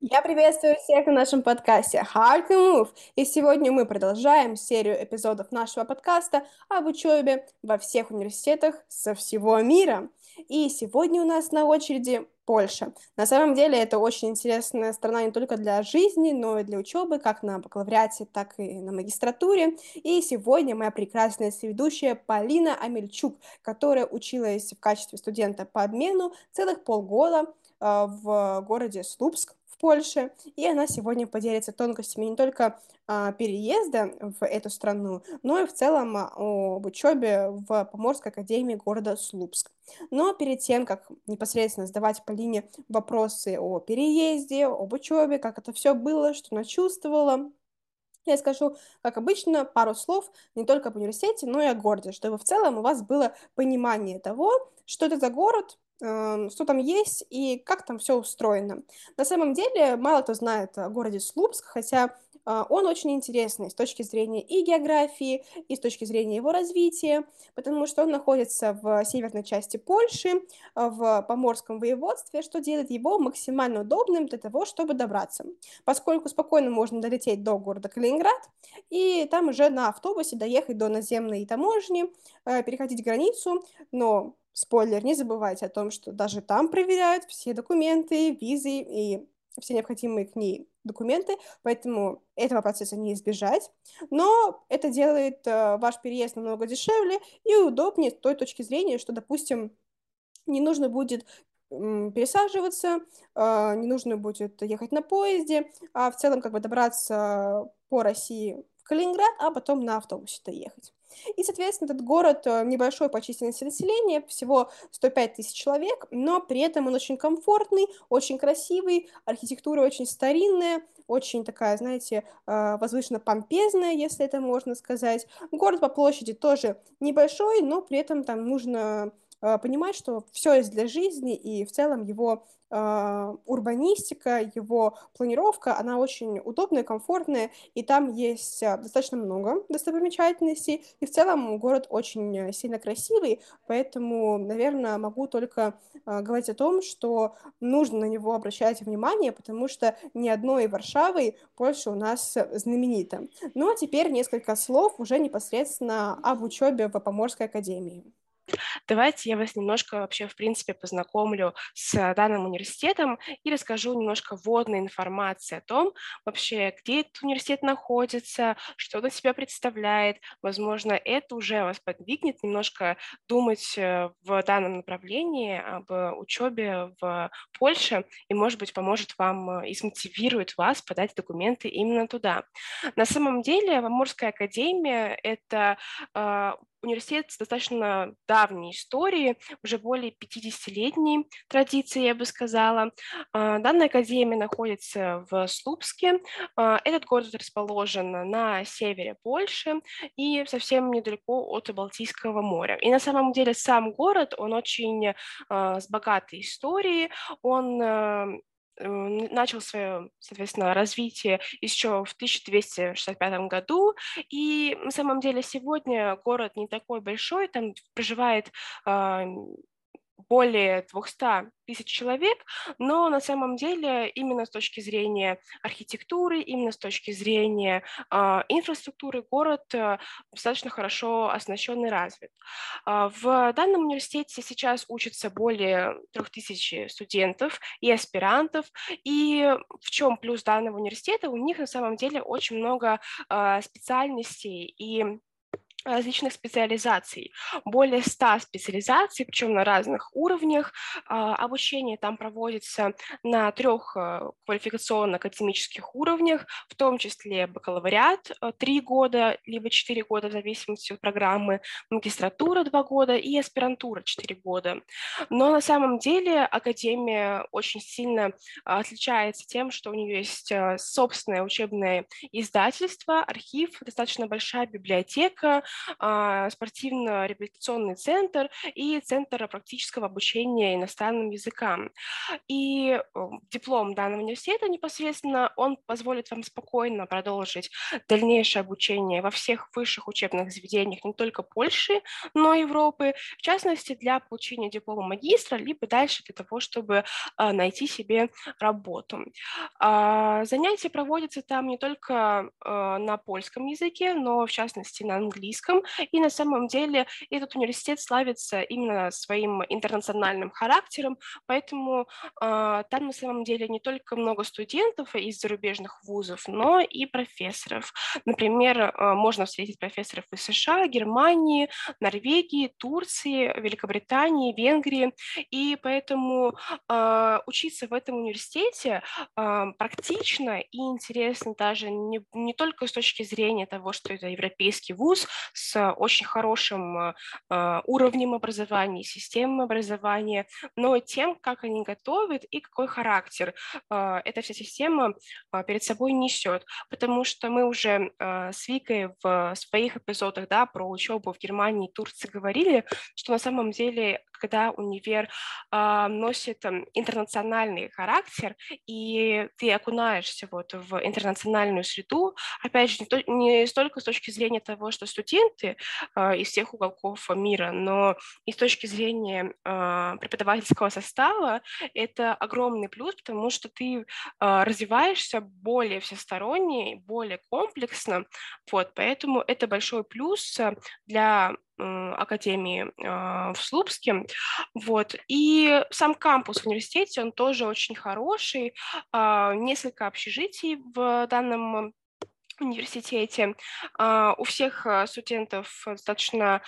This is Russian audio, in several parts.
Я приветствую всех на нашем подкасте Hard to Move. И сегодня мы продолжаем серию эпизодов нашего подкаста об учебе во всех университетах со всего мира. И сегодня у нас на очереди Польша. На самом деле это очень интересная страна не только для жизни, но и для учебы, как на бакалавриате, так и на магистратуре. И сегодня моя прекрасная соведущая Полина Амельчук, которая училась в качестве студента по обмену целых полгода в городе Слупск в Польше, и она сегодня поделится тонкостями не только переезда в эту страну, но и в целом об учебе в Поморской академии города Слупск. Но перед тем, как непосредственно задавать Полине вопросы о переезде, об учебе, как это все было, что она чувствовала, я скажу, как обычно, пару слов не только об университете, но и о городе, чтобы в целом у вас было понимание того, что это за город, что там есть и как там все устроено. На самом деле, мало кто знает о городе Слупск, хотя он очень интересный с точки зрения и географии, и с точки зрения его развития, потому что он находится в северной части Польши, в Поморском воеводстве, что делает его максимально удобным для того, чтобы добраться, поскольку спокойно можно долететь до города Калининград и там уже на автобусе доехать до наземной таможни, переходить границу, но спойлер, не забывайте о том, что даже там проверяют все документы, визы и все необходимые к ней документы, поэтому этого процесса не избежать. Но это делает ваш переезд намного дешевле и удобнее с той точки зрения, что, допустим, не нужно будет пересаживаться, не нужно будет ехать на поезде, а в целом как бы добраться по России в Калининград, а потом на автобусе доехать. И, соответственно, этот город небольшой по численности населения, всего 105 тысяч человек, но при этом он очень комфортный, очень красивый, архитектура очень старинная, очень такая, знаете, возвышенно-помпезная, если это можно сказать. Город по площади тоже небольшой, но при этом там нужно понимать, что все есть для жизни, и в целом его урбанистика, его планировка, она очень удобная, комфортная, и там есть достаточно много достопримечательностей, и в целом город очень сильно красивый, поэтому, наверное, могу только говорить о том, что нужно на него обращать внимание, потому что ни одной Варшавой Польша у нас знаменита. Ну а теперь несколько слов уже непосредственно об учебе в Поморской академии. Давайте я вас немножко вообще, в принципе, познакомлю с данным университетом и расскажу немножко вводной информации о том, вообще, где этот университет находится, что он из себя представляет. Возможно, это уже вас подвигнет немножко думать в данном направлении об учебе в Польше и, может быть, поможет вам и смотивирует вас подать документы именно туда. На самом деле, Поморская академия — это университет с достаточно давней историей, уже более 50-летней традиции, я бы сказала. Данная академия находится в Слупске. Этот город расположен на севере Польши и совсем недалеко от Балтийского моря. И на самом деле сам город, он очень с богатой историей, он начал свое, соответственно, развитие еще в 1265 году, и на самом деле сегодня город не такой большой, там проживает а, более 200 тысяч человек, но на самом деле именно с точки зрения архитектуры, именно с точки зрения инфраструктуры город достаточно хорошо оснащен и развит. В данном университете сейчас учатся более 3000 студентов и аспирантов, и в чем плюс данного университета? У них на самом деле очень много специальностей и различных специализаций, более 100 специализаций, причем на разных уровнях. Обучение там проводится на 3 квалификационно-академических уровнях, в том числе бакалавриат 3 года, либо 4 года, в зависимости от программы, магистратура 2 года и аспирантура 4 года. Но на самом деле академия очень сильно отличается тем, что у нее есть собственное учебное издательство, архив, достаточно большая библиотека, спортивно-реабилитационный центр и центр практического обучения иностранным языкам. И диплом данного университета непосредственно, он позволит вам спокойно продолжить дальнейшее обучение во всех высших учебных заведениях не только Польши, но и Европы, в частности, для получения диплома магистра, либо дальше для того, чтобы найти себе работу. Занятия проводятся там не только на польском языке, но, в частности, на английском. И на самом деле этот университет славится именно своим интернациональным характером, поэтому там на самом деле не только много студентов из зарубежных вузов, но и профессоров. Например, можно встретить профессоров из США, Германии, Норвегии, Турции, Великобритании, Венгрии. И поэтому учиться в этом университете практично и интересно даже не только с точки зрения того, что это европейский вуз с очень хорошим уровнем образования, системой образования, но и тем, как они готовят и какой характер эта вся система перед собой несет. Потому что мы уже с Викой в своих эпизодах, да, про учебу в Германии и Турции говорили, что на самом деле, когда универ носит интернациональный характер, и ты окунаешься вот в интернациональную среду, опять же, не столько с точки зрения того, что студенты из всех уголков мира, но и с точки зрения преподавательского состава, это огромный плюс, потому что ты развиваешься более всесторонне, более комплексно, вот, поэтому это большой плюс для академии в Слупске, вот, и сам кампус в университете, он тоже очень хороший, несколько общежитий в данном университете, у всех студентов достаточно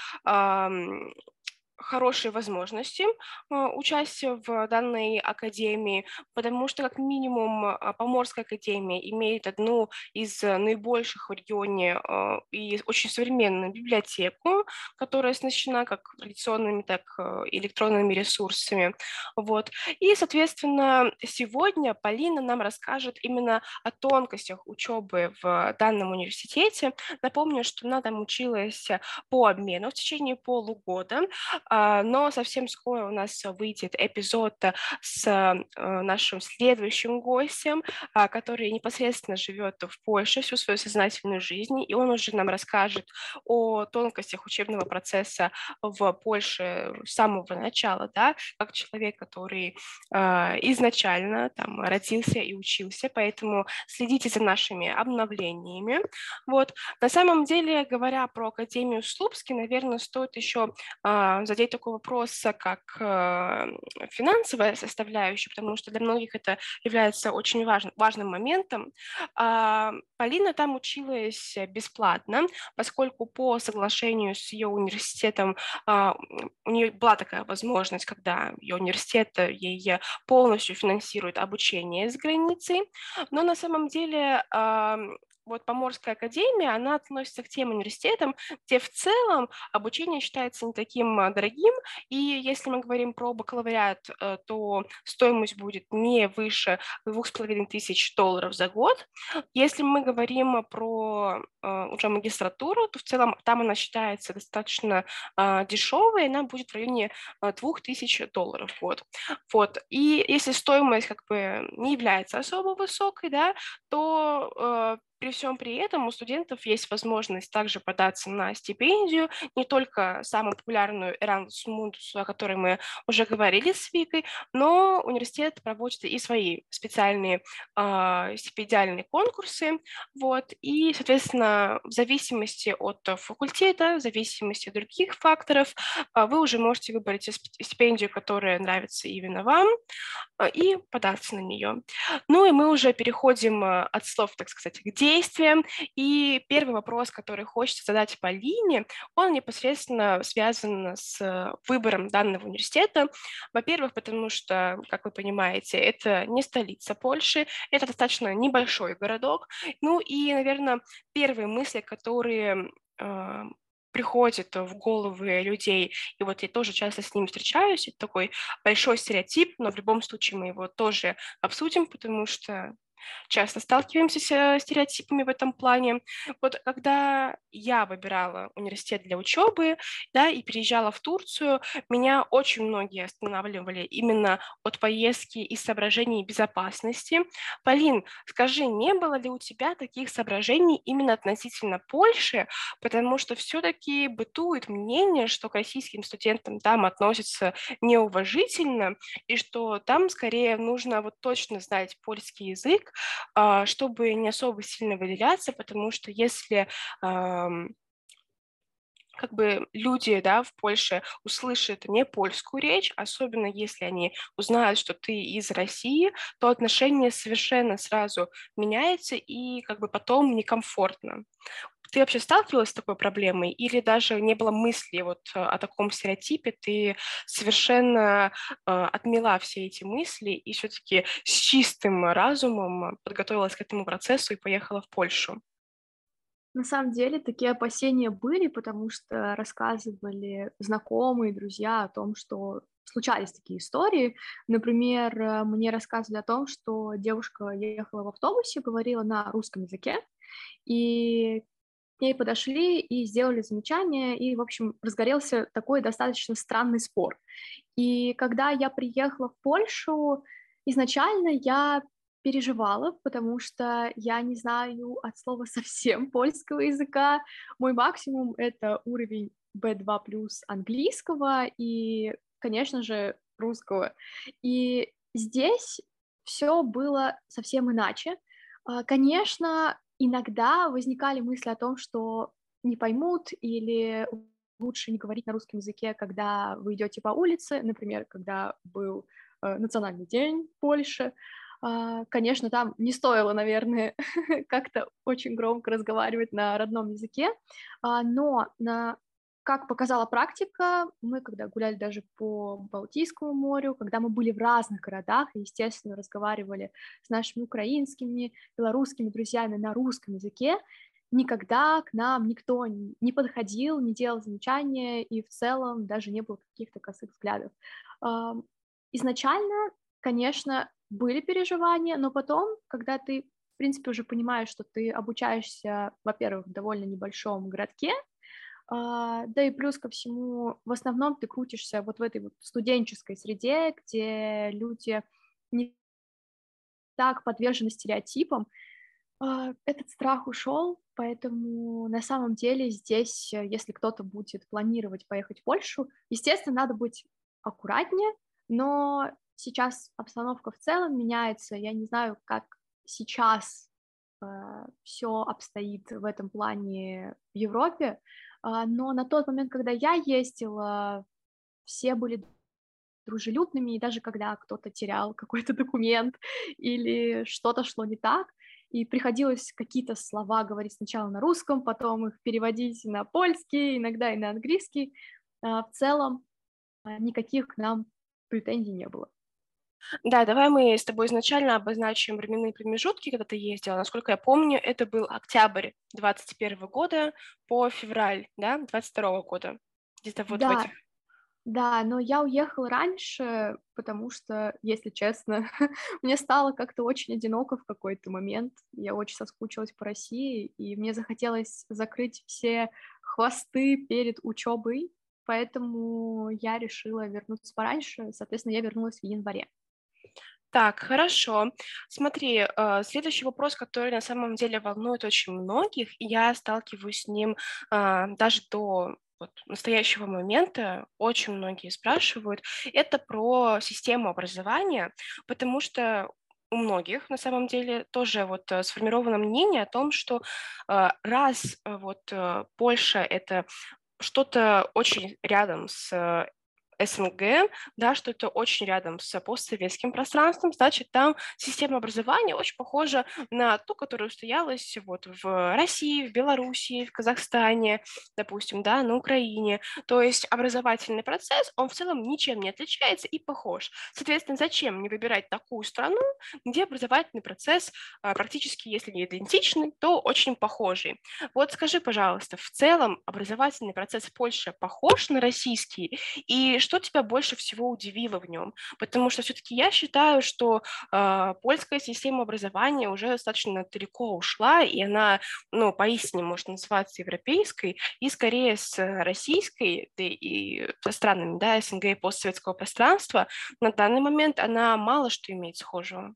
хорошие возможности участия в данной академии, потому что, как минимум, Поморская академия имеет одну из наибольших в регионе и очень современную библиотеку, которая оснащена как традиционными, так и электронными ресурсами. Вот. И, соответственно, сегодня Полина нам расскажет именно о тонкостях учебы в данном университете. Напомню, что она там училась по обмену в течение полугода, но совсем скоро у нас выйдет эпизод с нашим следующим гостем, который непосредственно живет в Польше всю свою сознательную жизнь, и он уже нам расскажет о тонкостях учебного процесса в Польше с самого начала, да, как человек, который изначально там родился и учился, поэтому следите за нашими обновлениями. Вот. На самом деле, говоря про Академию Слупски, наверное, стоит еще задеть такой вопрос, как финансовая составляющая, потому что для многих это является очень важным моментом. Полина там училась бесплатно, поскольку по соглашению с ее университетом у нее была такая возможность, когда ее университет ей полностью финансирует обучение за границей, но на самом деле вот Поморская академия, она относится к тем университетам, где в целом обучение считается не таким дорогим, и если мы говорим про бакалавриат, то стоимость будет не выше $2500 за год. Если мы говорим про уже магистратуру, то в целом там она считается достаточно дешевой, она будет в районе $2000 в год. Вот. И если стоимость как бы не является особо высокой, да, то при всем при этом у студентов есть возможность также податься на стипендию, не только самую популярную Erasmus Mundus, о которой мы уже говорили с Викой, но университет проводит и свои специальные стипендиальные конкурсы, вот, и, соответственно, в зависимости от факультета, в зависимости от других факторов, вы уже можете выбрать стипендию, которая нравится именно вам, и податься на нее. Ну и мы уже переходим от слов, так сказать, к действиям. И первый вопрос, который хочется задать Полине, он непосредственно связан с выбором данного университета. Во-первых, потому что, как вы понимаете, это не столица Польши, это достаточно небольшой городок. Ну и, наверное, первые мысли, которые приходят в головы людей, и вот я тоже часто с ними встречаюсь, это такой большой стереотип, но в любом случае мы его тоже обсудим, потому что часто сталкиваемся с стереотипами в этом плане. Вот когда я выбирала университет для учебы, да, и переезжала в Турцию, меня очень многие останавливали именно от поездки из соображений безопасности. Полин, скажи, не было ли у тебя таких соображений именно относительно Польши, потому что все-таки бытует мнение, что к российским студентам там относятся неуважительно, и что там скорее нужно вот точно знать польский язык, чтобы не особо сильно выделяться, потому что если как бы люди, да, в Польше услышат не польскую речь, особенно если они узнают, что ты из России, то отношение совершенно сразу меняется и как бы потом некомфортно. Ты вообще сталкивалась с такой проблемой или даже не было мысли вот о таком стереотипе, ты совершенно отмела все эти мысли и все-таки с чистым разумом подготовилась к этому процессу и поехала в Польшу? На самом деле такие опасения были, потому что рассказывали знакомые, друзья о том, что случались такие истории. Например, мне рассказывали о том, что девушка ехала в автобусе, говорила на русском языке, и к ней подошли и сделали замечание, и, в общем, разгорелся такой достаточно странный спор. И когда я приехала в Польшу, изначально я переживала, потому что я не знаю от слова совсем польского языка. Мой максимум — это уровень B2 плюс английского и, конечно же, русского. И здесь все было совсем иначе. Конечно, иногда возникали мысли о том, что не поймут или лучше не говорить на русском языке, когда вы идете по улице, например, когда был национальный день в Польше. Конечно, там не стоило, наверное, как-то очень громко разговаривать на родном языке, но как показала практика, мы когда гуляли даже по Балтийскому морю, когда мы были в разных городах, и, естественно, разговаривали с нашими украинскими, белорусскими друзьями на русском языке, никогда к нам никто не подходил, не делал замечания, и в целом даже не было каких-то косых взглядов. Изначально, конечно, были переживания, но потом, когда ты, в принципе, уже понимаешь, что ты обучаешься, во-первых, в довольно небольшом городке, да и плюс ко всему, в основном ты крутишься вот в этой вот студенческой среде, где люди не так подвержены стереотипам, этот страх ушел, поэтому на самом деле здесь, если кто-то будет планировать поехать в Польшу, естественно, надо быть аккуратнее, но сейчас обстановка в целом меняется. Я не знаю, как сейчас все обстоит в этом плане в Европе, но на тот момент, когда я ездила, все были дружелюбными, и даже когда кто-то терял какой-то документ или что-то шло не так, и приходилось какие-то слова говорить сначала на русском, потом их переводить на польский, иногда и на английский, в целом никаких к нам претензий не было. Да, давай мы с тобой изначально обозначим временные промежутки, когда ты ездила. Насколько я помню, это был октябрь 2021 года по февраль, да, 2022 года. Где-то вот в Да, этих. да, но я уехала раньше, потому что, если честно, мне стало как-то очень одиноко в какой-то момент. Я очень соскучилась по России, и мне захотелось закрыть все хвосты перед учебой, поэтому я решила вернуться пораньше. Соответственно, я вернулась в январе. Так, хорошо. Смотри, следующий вопрос, который на самом деле волнует очень многих, и я сталкиваюсь с ним даже до вот настоящего момента, очень многие спрашивают, это про систему образования, потому что у многих на самом деле тоже вот сформировано мнение о том, что раз Польша это что-то очень рядом с СНГ, да, что это очень рядом с постсоветским пространством, значит, там система образования очень похожа на ту, которая устоялась вот в России, в Белоруссии, в Казахстане, допустим, да, на Украине. То есть образовательный процесс, он в целом ничем не отличается и похож. Соответственно, зачем не выбирать такую страну, где образовательный процесс практически, если не идентичный, то очень похожий? Вот скажи, пожалуйста, в целом образовательный процесс в Польше похож на российский, и что что тебя больше всего удивило в нем? Потому что все-таки я считаю, что польская система образования уже достаточно далеко ушла, и она, ну, поистине может называться европейской, и скорее с российской, да и со странами, да, СНГ и постсоветского пространства, на данный момент она мало что имеет схожего.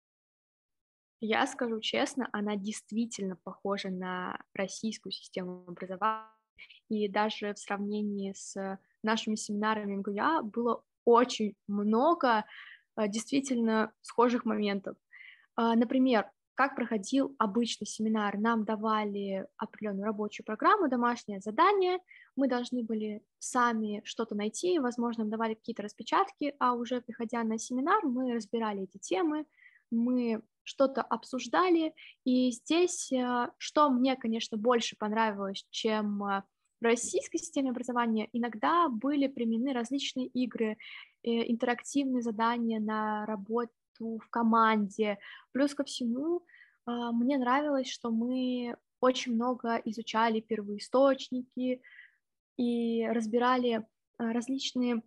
Я скажу честно, она действительно похожа на российскую систему образования, и даже в сравнении с нашими семинарами МГУЯ было очень много действительно схожих моментов. Например, как проходил обычный семинар? Нам давали определенную рабочую программу, домашнее задание, мы должны были сами что-то найти, возможно, нам давали какие-то распечатки, а уже приходя на семинар, мы разбирали эти темы, мы что-то обсуждали, и здесь, что мне, конечно, больше понравилось, чем в российской системе образования, иногда были применены различные игры, интерактивные задания на работу в команде. Плюс ко всему, мне нравилось, что мы очень много изучали первоисточники и разбирали различные,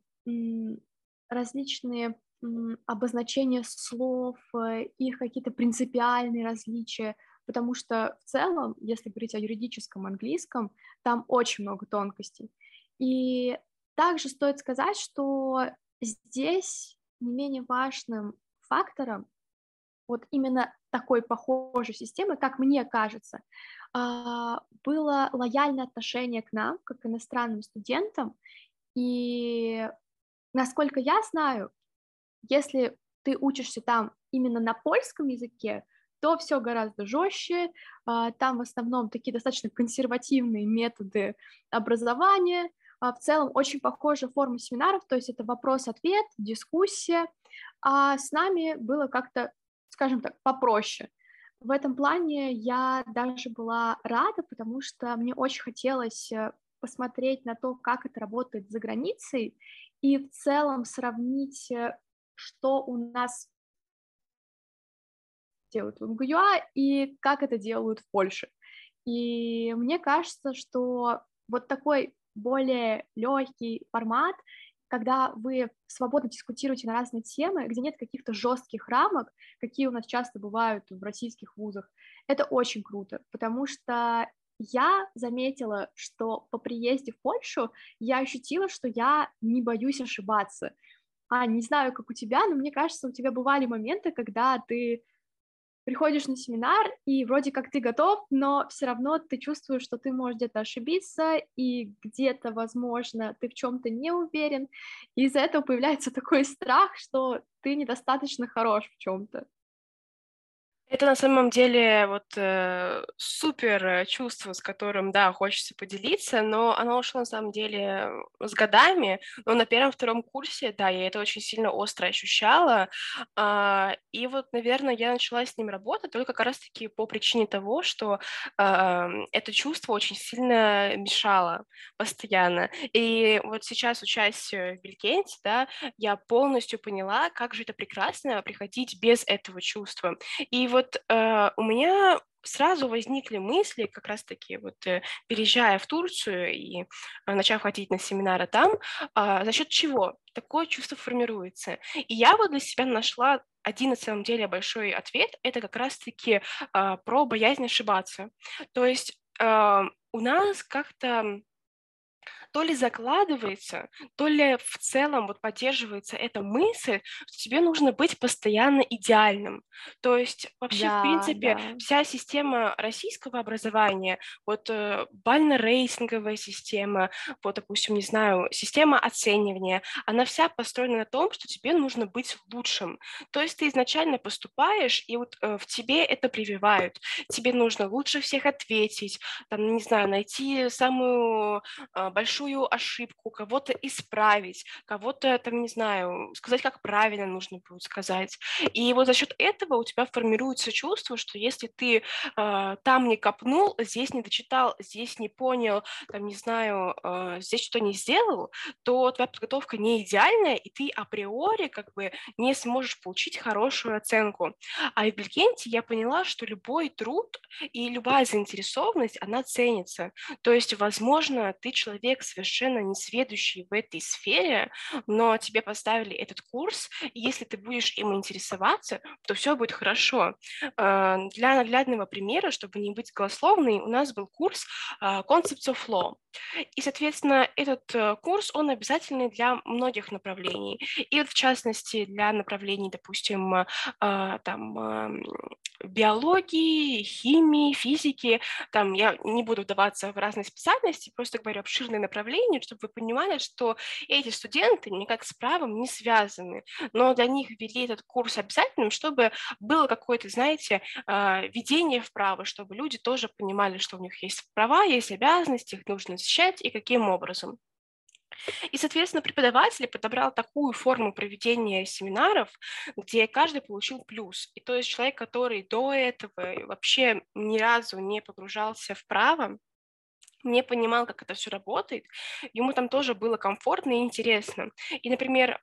различные обозначения слов, их какие-то принципиальные различия, потому что в целом, если говорить о юридическом английском, там очень много тонкостей. И также стоит сказать, что здесь не менее важным фактором вот именно такой похожей системы, как мне кажется, было лояльное отношение к нам, как к иностранным студентам. И насколько я знаю, если ты учишься там именно на польском языке, то все гораздо жестче. Там в основном такие достаточно консервативные методы образования. В целом очень похожая форма семинаров, то есть это вопрос-ответ, дискуссия. А с нами было как-то, скажем так, попроще. В этом плане я даже была рада, потому что мне очень хотелось посмотреть на то, как это работает за границей, и в целом сравнить, что у нас делают в МГУА и как это делают в Польше. И мне кажется, что вот такой более легкий формат, когда вы свободно дискутируете на разные темы, где нет каких-то жестких рамок, какие у нас часто бывают в российских вузах, это очень круто, потому что я заметила, что по приезде в Польшу я ощутила, что я не боюсь ошибаться. Не знаю, как у тебя, но мне кажется, у тебя бывали моменты, когда ты приходишь на семинар, и вроде как ты готов, но все равно ты чувствуешь, что ты можешь где-то ошибиться, и где-то, возможно, ты в чем-то не уверен, и из-за этого появляется такой страх, что ты недостаточно хорош в чем-то. Это на самом деле вот супер чувство, с которым, да, хочется поделиться, но оно ушло на самом деле с годами. Но на первом-втором курсе, да, я это очень сильно остро ощущала. И вот, наверное, я начала с ним работать только как раз-таки по причине того, что это чувство очень сильно мешало постоянно. И вот сейчас, учась в Белькенте, да, я полностью поняла, как же это прекрасно приходить без этого чувства. И вот у меня сразу возникли мысли, как раз-таки вот переезжая в Турцию и начав ходить на семинары там, за счет чего такое чувство формируется. И я вот для себя нашла один, на самом деле, большой ответ, это как раз-таки про боязнь ошибаться. То есть у нас как-то то ли закладывается, то ли в целом вот поддерживается эта мысль, что тебе нужно быть постоянно идеальным. То есть вообще, в Да, принципе, да. вся система российского образования, вот бально-рейтинговая система, вот, допустим, не знаю, система оценивания, она вся построена на том, что тебе нужно быть лучшим. То есть ты изначально поступаешь, и вот в тебе это прививают. Тебе нужно лучше всех ответить, там, не знаю, найти самую большую ошибку, кого-то исправить, кого-то, там, не знаю, сказать, как правильно нужно будет сказать. И вот за счет этого у тебя формируется чувство, что если ты там не копнул, здесь не дочитал, здесь не понял, там, не знаю, здесь что-то не сделал, то твоя подготовка не идеальная, и ты априори как бы не сможешь получить хорошую оценку. А в Белькенте я поняла, что любой труд и любая заинтересованность, она ценится. То есть, возможно, ты человек совершенно несведущий в этой сфере, но тебе поставили этот курс, и если ты будешь им интересоваться, то все будет хорошо. Для наглядного примера, чтобы не быть голословной, у нас был курс Concepts of Law. И, соответственно, этот курс, он обязательный для многих направлений. И вот, в частности, для направлений, допустим, биологии, химии, физики. Там я не буду вдаваться в разные специальности, просто говорю обширные направления, чтобы вы понимали, что эти студенты никак с правом не связаны. Но для них ввели этот курс обязательным, чтобы было какое-то, знаете, введение в право, чтобы люди тоже понимали, что у них есть права, есть обязанности, их нужно защищать и каким образом. И, соответственно, преподаватель подобрал такую форму проведения семинаров, где каждый получил плюс. И то есть человек, который до этого вообще ни разу не погружался в право, не понимал, как это все работает, ему там тоже было комфортно и интересно. И, например,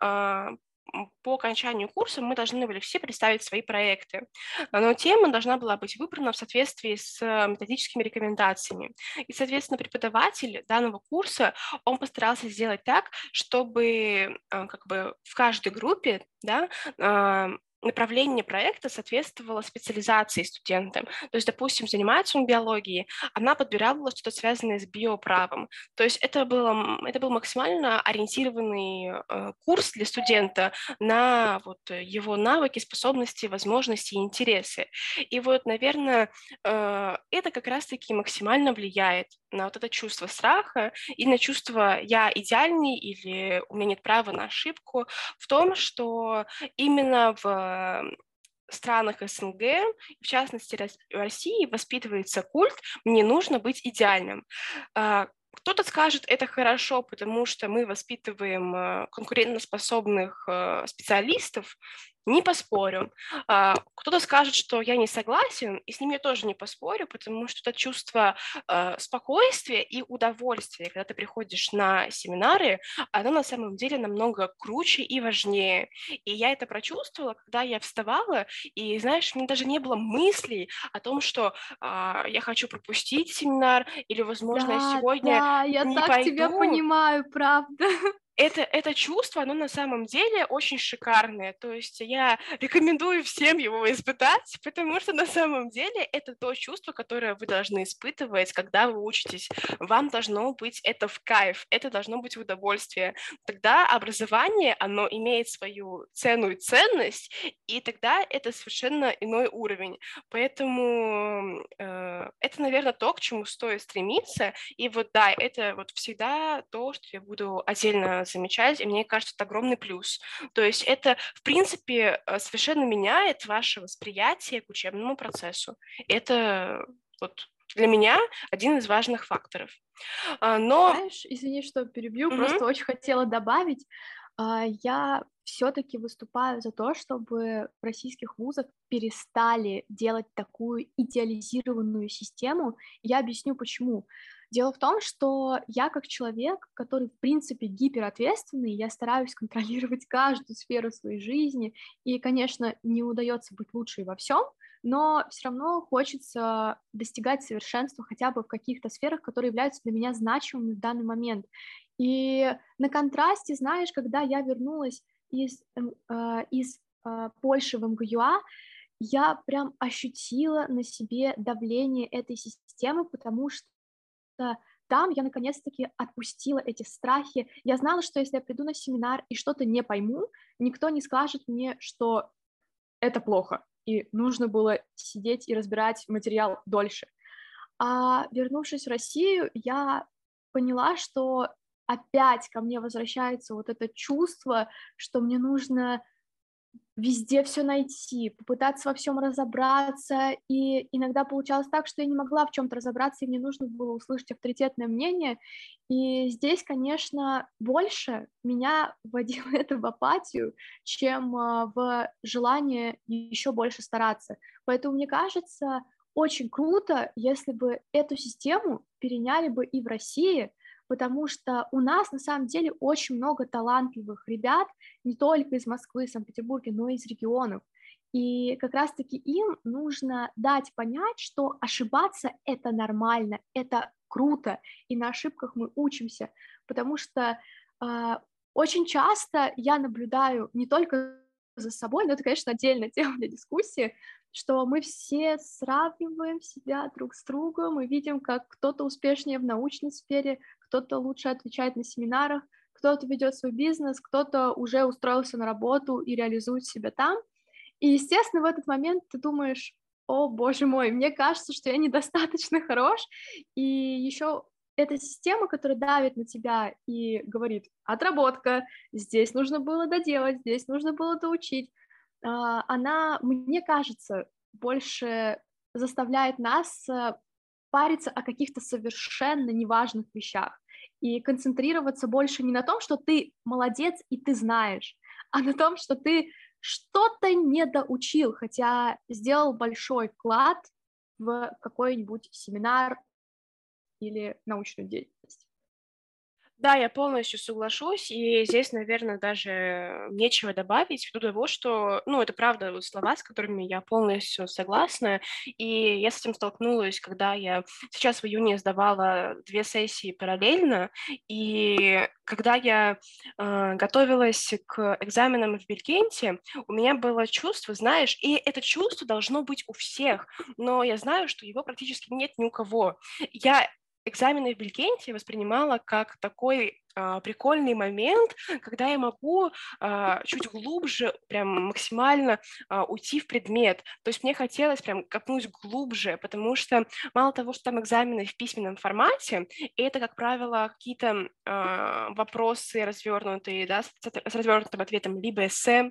по окончанию курса мы должны были все представить свои проекты, но тема должна была быть выбрана в соответствии с методическими рекомендациями. И, соответственно, преподаватель данного курса, он постарался сделать так, чтобы как бы в каждой группе, да, направление проекта соответствовало специализации студента. То есть, допустим, занимается он биологией, она подбирала что-то связанное с биоправом. То есть это был максимально ориентированный курс для студента на вот его навыки, способности, возможности и интересы. И вот, наверное, это как раз-таки максимально влияет на вот это чувство страха и на чувство «я идеальный» или «у меня нет права на ошибку», в том, что именно в странах СНГ, в частности в России, воспитывается культ «мне нужно быть идеальным». Кто-то скажет, это хорошо, потому что мы воспитываем конкурентоспособных специалистов, не поспорю. Кто-то скажет, что я не согласен, и с ним я тоже не поспорю, потому что это чувство спокойствия и удовольствия, когда ты приходишь на семинары, оно на самом деле намного круче и важнее. И я это прочувствовала, когда я вставала, и, знаешь, мне даже не было мыслей о том, что я хочу пропустить семинар, или, возможно, я Да, сегодня да, я не так тебя пойду. понимаю, правда. Это чувство, оно на самом деле очень шикарное, то есть я рекомендую всем его испытать, потому что на самом деле это то чувство, которое вы должны испытывать, когда вы учитесь. Вам должно быть это в кайф, это должно быть в удовольствие. Тогда образование, оно имеет свою цену и ценность, и тогда это совершенно иной уровень. Поэтому это, наверное, то, к чему стоит стремиться, и вот да, это вот всегда то, что я буду отдельно замечать, и мне кажется, это огромный плюс. То есть это, в принципе, совершенно меняет ваше восприятие к учебному процессу. Это вот для меня один из важных факторов. Но... Знаешь, извини, что перебью, Мгм. просто очень хотела добавить. Я все-таки выступаю за то, чтобы в российских вузах перестали делать такую идеализированную систему. Я объясню почему. Дело в том, что я как человек, который в принципе гиперответственный, я стараюсь контролировать каждую сферу своей жизни, и, конечно, не удается быть лучшей во всем, но все равно хочется достигать совершенства хотя бы в каких-то сферах, которые являются для меня значимыми в данный момент. И на контрасте, знаешь, когда я вернулась из Польши в МГУА, я прям ощутила на себе давление этой системы, потому что там я наконец-таки отпустила эти страхи. Я знала, что если я приду на семинар и что-то не пойму, никто не скажет мне, что это плохо, и нужно было сидеть и разбирать материал дольше. А вернувшись в Россию, я поняла, что опять ко мне возвращается вот это чувство, что мне нужно везде все найти, попытаться во всем разобраться, и иногда получалось так, что я не могла в чем-то разобраться, и мне нужно было услышать авторитетное мнение, и здесь, конечно, больше меня вводило это в апатию, чем в желание еще больше стараться. Поэтому мне кажется, очень круто, если бы эту систему переняли бы и в России, потому что у нас на самом деле очень много талантливых ребят, не только из Москвы, Санкт-Петербурга, но и из регионов. И как раз-таки им нужно дать понять, что ошибаться – это нормально, это круто, и на ошибках мы учимся. потому что очень часто я наблюдаю не только за собой, но это, конечно, отдельная тема для дискуссии, что мы все сравниваем себя друг с другом, мы видим, как кто-то успешнее в научной сфере, кто-то лучше отвечает на семинарах, кто-то ведет свой бизнес, кто-то уже устроился на работу и реализует себя там. И, естественно, в этот момент ты думаешь: о, боже мой, мне кажется, что я недостаточно хорош, и еще эта система, которая давит на тебя и говорит: отработка, здесь нужно было доделать, здесь нужно было доучить, она, мне кажется, больше заставляет нас париться о каких-то совершенно неважных вещах и концентрироваться больше не на том, что ты молодец и ты знаешь, а на том, что ты что-то недоучил, хотя сделал большой вклад в какой-нибудь семинар или научную деятельность. Да, я полностью соглашусь, и здесь, наверное, даже нечего добавить, ввиду того, что, ну, это правда вот слова, с которыми я полностью согласна, и я с этим столкнулась, когда я сейчас в июне сдавала 2 сессии параллельно, и когда я готовилась к экзаменам в Белькенте, у меня было чувство, знаешь, и это чувство должно быть у всех, но я знаю, что его практически нет ни у кого. Я экзамены в Белькенте воспринимала как такой прикольный момент, когда я могу чуть глубже, прям максимально уйти в предмет. То есть мне хотелось прям копнуть глубже, потому что мало того, что там экзамены в письменном формате, и это, как правило, какие-то вопросы развернутые, да, с развернутым ответом, либо эссе,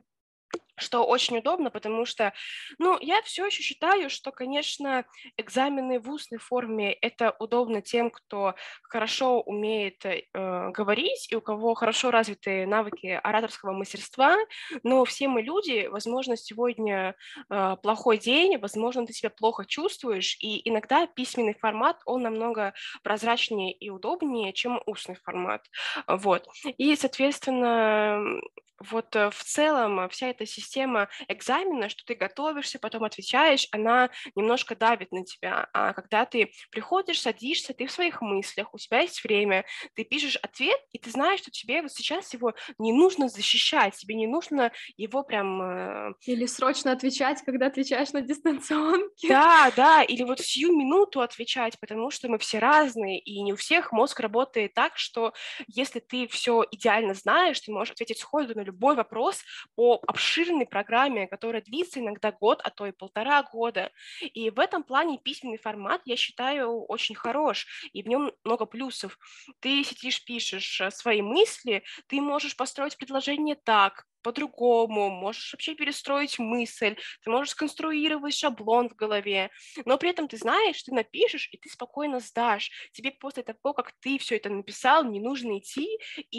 что очень удобно, потому что, ну, я все еще считаю, что, конечно, экзамены в устной форме – это удобно тем, кто хорошо умеет говорить и у кого хорошо развиты навыки ораторского мастерства, но все мы люди, возможно, сегодня плохой день, возможно, ты себя плохо чувствуешь, и иногда письменный формат, он намного прозрачнее и удобнее, чем устный формат, вот. И, соответственно, вот в целом вся эта система экзамена, что ты готовишься, потом отвечаешь, она немножко давит на тебя. А когда ты приходишь, садишься, ты в своих мыслях, у тебя есть время, ты пишешь ответ, и ты знаешь, что тебе вот сейчас его не нужно защищать, тебе не нужно его прям... Или срочно отвечать, когда отвечаешь на дистанционке. Да, или вот сию минуту отвечать, потому что мы все разные, и не у всех мозг работает так, что если ты все идеально знаешь, ты можешь ответить сходу на любой вопрос по обширной программе, которая длится иногда год, а то и 1,5 года. И в этом плане письменный формат, я считаю, очень хорош, и в нем много плюсов. Ты сидишь, пишешь свои мысли, ты можешь построить предложение так, по-другому, можешь вообще перестроить мысль, ты можешь сконструировать шаблон в голове, но при этом ты знаешь, ты напишешь, и ты спокойно сдашь. Тебе после того, как ты все это написал, не нужно идти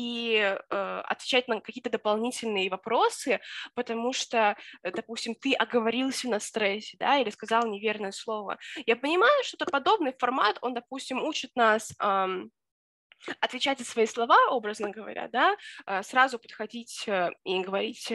и отвечать на какие-то дополнительные вопросы, потому что, допустим, ты оговорился на стрессе, да, или сказал неверное слово. Я понимаю, что это подобный формат, он, допустим, учит нас... отвечать за свои слова, образно говоря, да, сразу подходить и говорить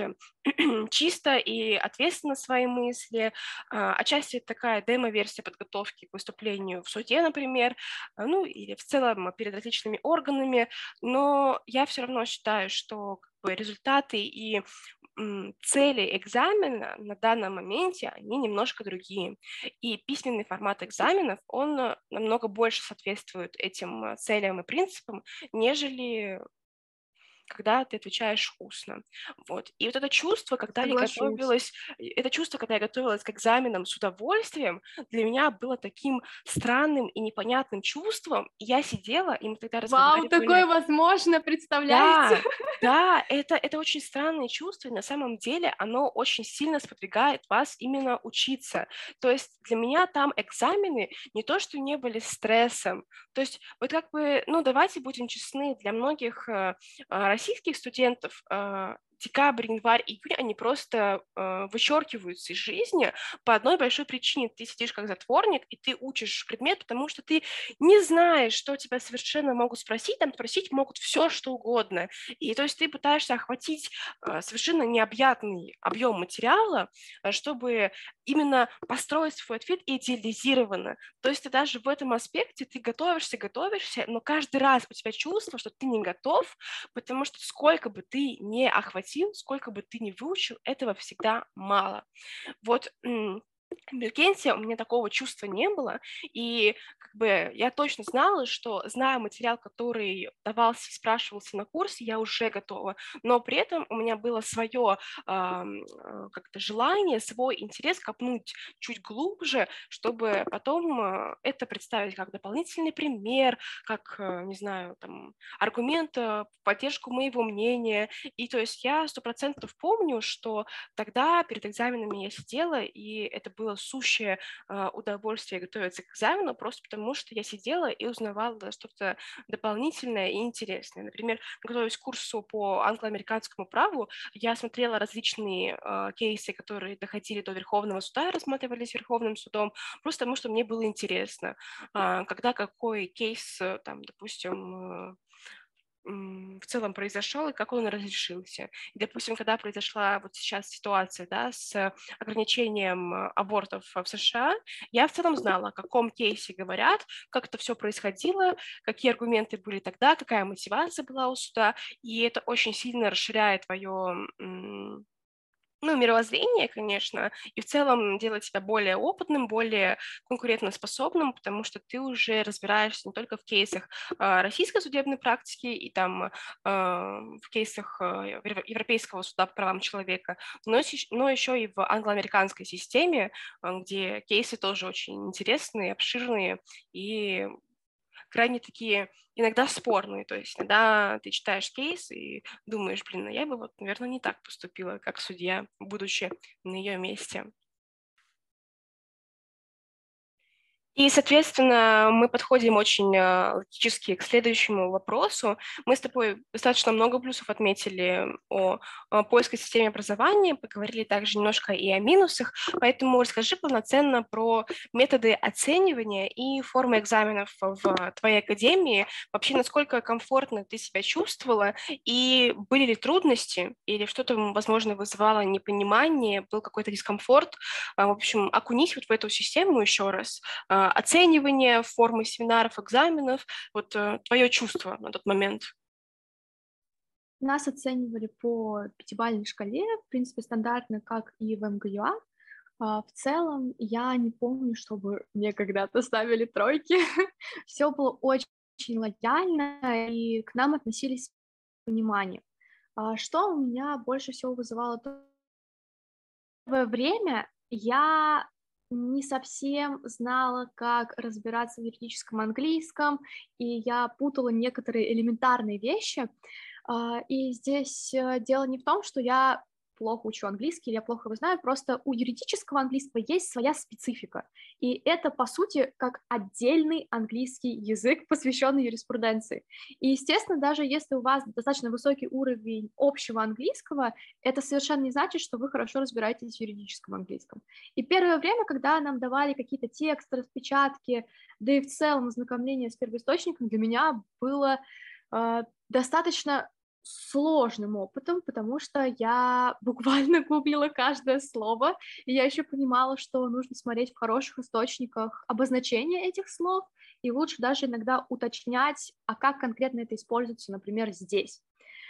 чисто и ответственно свои мысли. Отчасти это такая демо-версия подготовки к выступлению в суде, например, ну или в целом перед различными органами, но я все равно считаю, что как бы результаты и цели экзамена на данном моменте, они немножко другие. И письменный формат экзаменов, он намного больше соответствует этим целям и принципам, нежели когда ты отвечаешь устно. Вот. И вот это чувство, Соглашусь. это чувство, когда я готовилась к экзаменам с удовольствием, для меня было таким странным и непонятным чувством. И я сидела, и мы тогда Вау, разговаривали. такое возможно, представляете? Да, это очень странное чувство, и на самом деле оно очень сильно сподвигает вас именно учиться. То есть для меня там экзамены не то, что не были стрессом. То есть вот как бы, ну давайте будем честны, для многих российских студентов декабрь, январь, июнь, они просто вычеркиваются из жизни по одной большой причине. Ты сидишь как затворник, и ты учишь предмет, потому что ты не знаешь, что тебя совершенно могут спросить, там спросить могут все, что угодно. И то есть ты пытаешься охватить совершенно необъятный объем материала, чтобы именно построить свой ответ идеализированно. То есть ты даже в этом аспекте ты готовишься, но каждый раз у тебя чувство, что ты не готов, потому что сколько бы ты не охватил, сколько бы ты не выучил, этого всегда мало. Вот в Бюргенсе у меня такого чувства не было, и как бы я точно знала, что, зная материал, который давался и спрашивался на курсе, я уже готова, но при этом у меня было свое как-то желание, свой интерес копнуть чуть глубже, чтобы потом это представить как дополнительный пример, как, не знаю, там, аргумент в поддержку моего мнения, и то есть я 100% помню, что тогда перед экзаменами я сидела, и это было сущее удовольствие готовиться к экзамену, просто потому что я сидела и узнавала что-то дополнительное и интересное. Например, готовясь к курсу по англо-американскому праву, я смотрела различные кейсы, которые доходили до Верховного суда и рассматривались Верховным судом, просто потому что мне было интересно, когда какой кейс, там, допустим, в целом произошел и как он разрешился. И, допустим, когда произошла вот сейчас ситуация, да, с ограничением абортов в США, я в целом знала, о каком кейсе говорят, как это все происходило, какие аргументы были тогда, какая мотивация была у суда, и это очень сильно расширяет твое мировоззрение, конечно, и в целом делает тебя более опытным, более конкурентоспособным, потому что ты уже разбираешься не только в кейсах российской судебной практики и там в кейсах Европейского суда по правам человека, но еще и в англо-американской системе, где кейсы тоже очень интересные, обширные и крайне такие иногда спорные, то есть иногда ты читаешь кейс и думаешь, блин, я бы вот, наверное, не так поступила, как судья, будучи на ее месте. И, соответственно, мы подходим очень логически к следующему вопросу. Мы с тобой достаточно много плюсов отметили о польской системе образования, поговорили также немножко и о минусах, поэтому расскажи полноценно про методы оценивания и формы экзаменов в твоей академии. Вообще, насколько комфортно ты себя чувствовала, и были ли трудности, или что-то, возможно, вызывало непонимание, был какой-то дискомфорт. В общем, окунись вот в эту систему еще раз. Оценивание, формы семинаров, экзаменов, вот твое чувство на тот момент. Нас оценивали по пятибалльной шкале, в принципе, стандартно, как и в МГУА. В целом, я не помню, чтобы мне когда-то ставили тройки. Все было очень лояльно, и к нам относились с пониманием. Что у меня больше всего вызывало первое время, я не совсем знала, как разбираться в юридическом английском, и я путала некоторые элементарные вещи. И здесь дело не в том, что я плохо учу английский, или я плохо его знаю, просто у юридического английского есть своя специфика, и это, по сути, как отдельный английский язык, посвященный юриспруденции. И, естественно, даже если у вас достаточно высокий уровень общего английского, это совершенно не значит, что вы хорошо разбираетесь в юридическом английском. И первое время, когда нам давали какие-то тексты, распечатки, да и в целом ознакомление с первоисточником, для меня было достаточно сложным опытом, потому что я буквально гуглила каждое слово, и я еще понимала, что нужно смотреть в хороших источниках обозначения этих слов, и лучше даже иногда уточнять, а как конкретно это используется, например, здесь.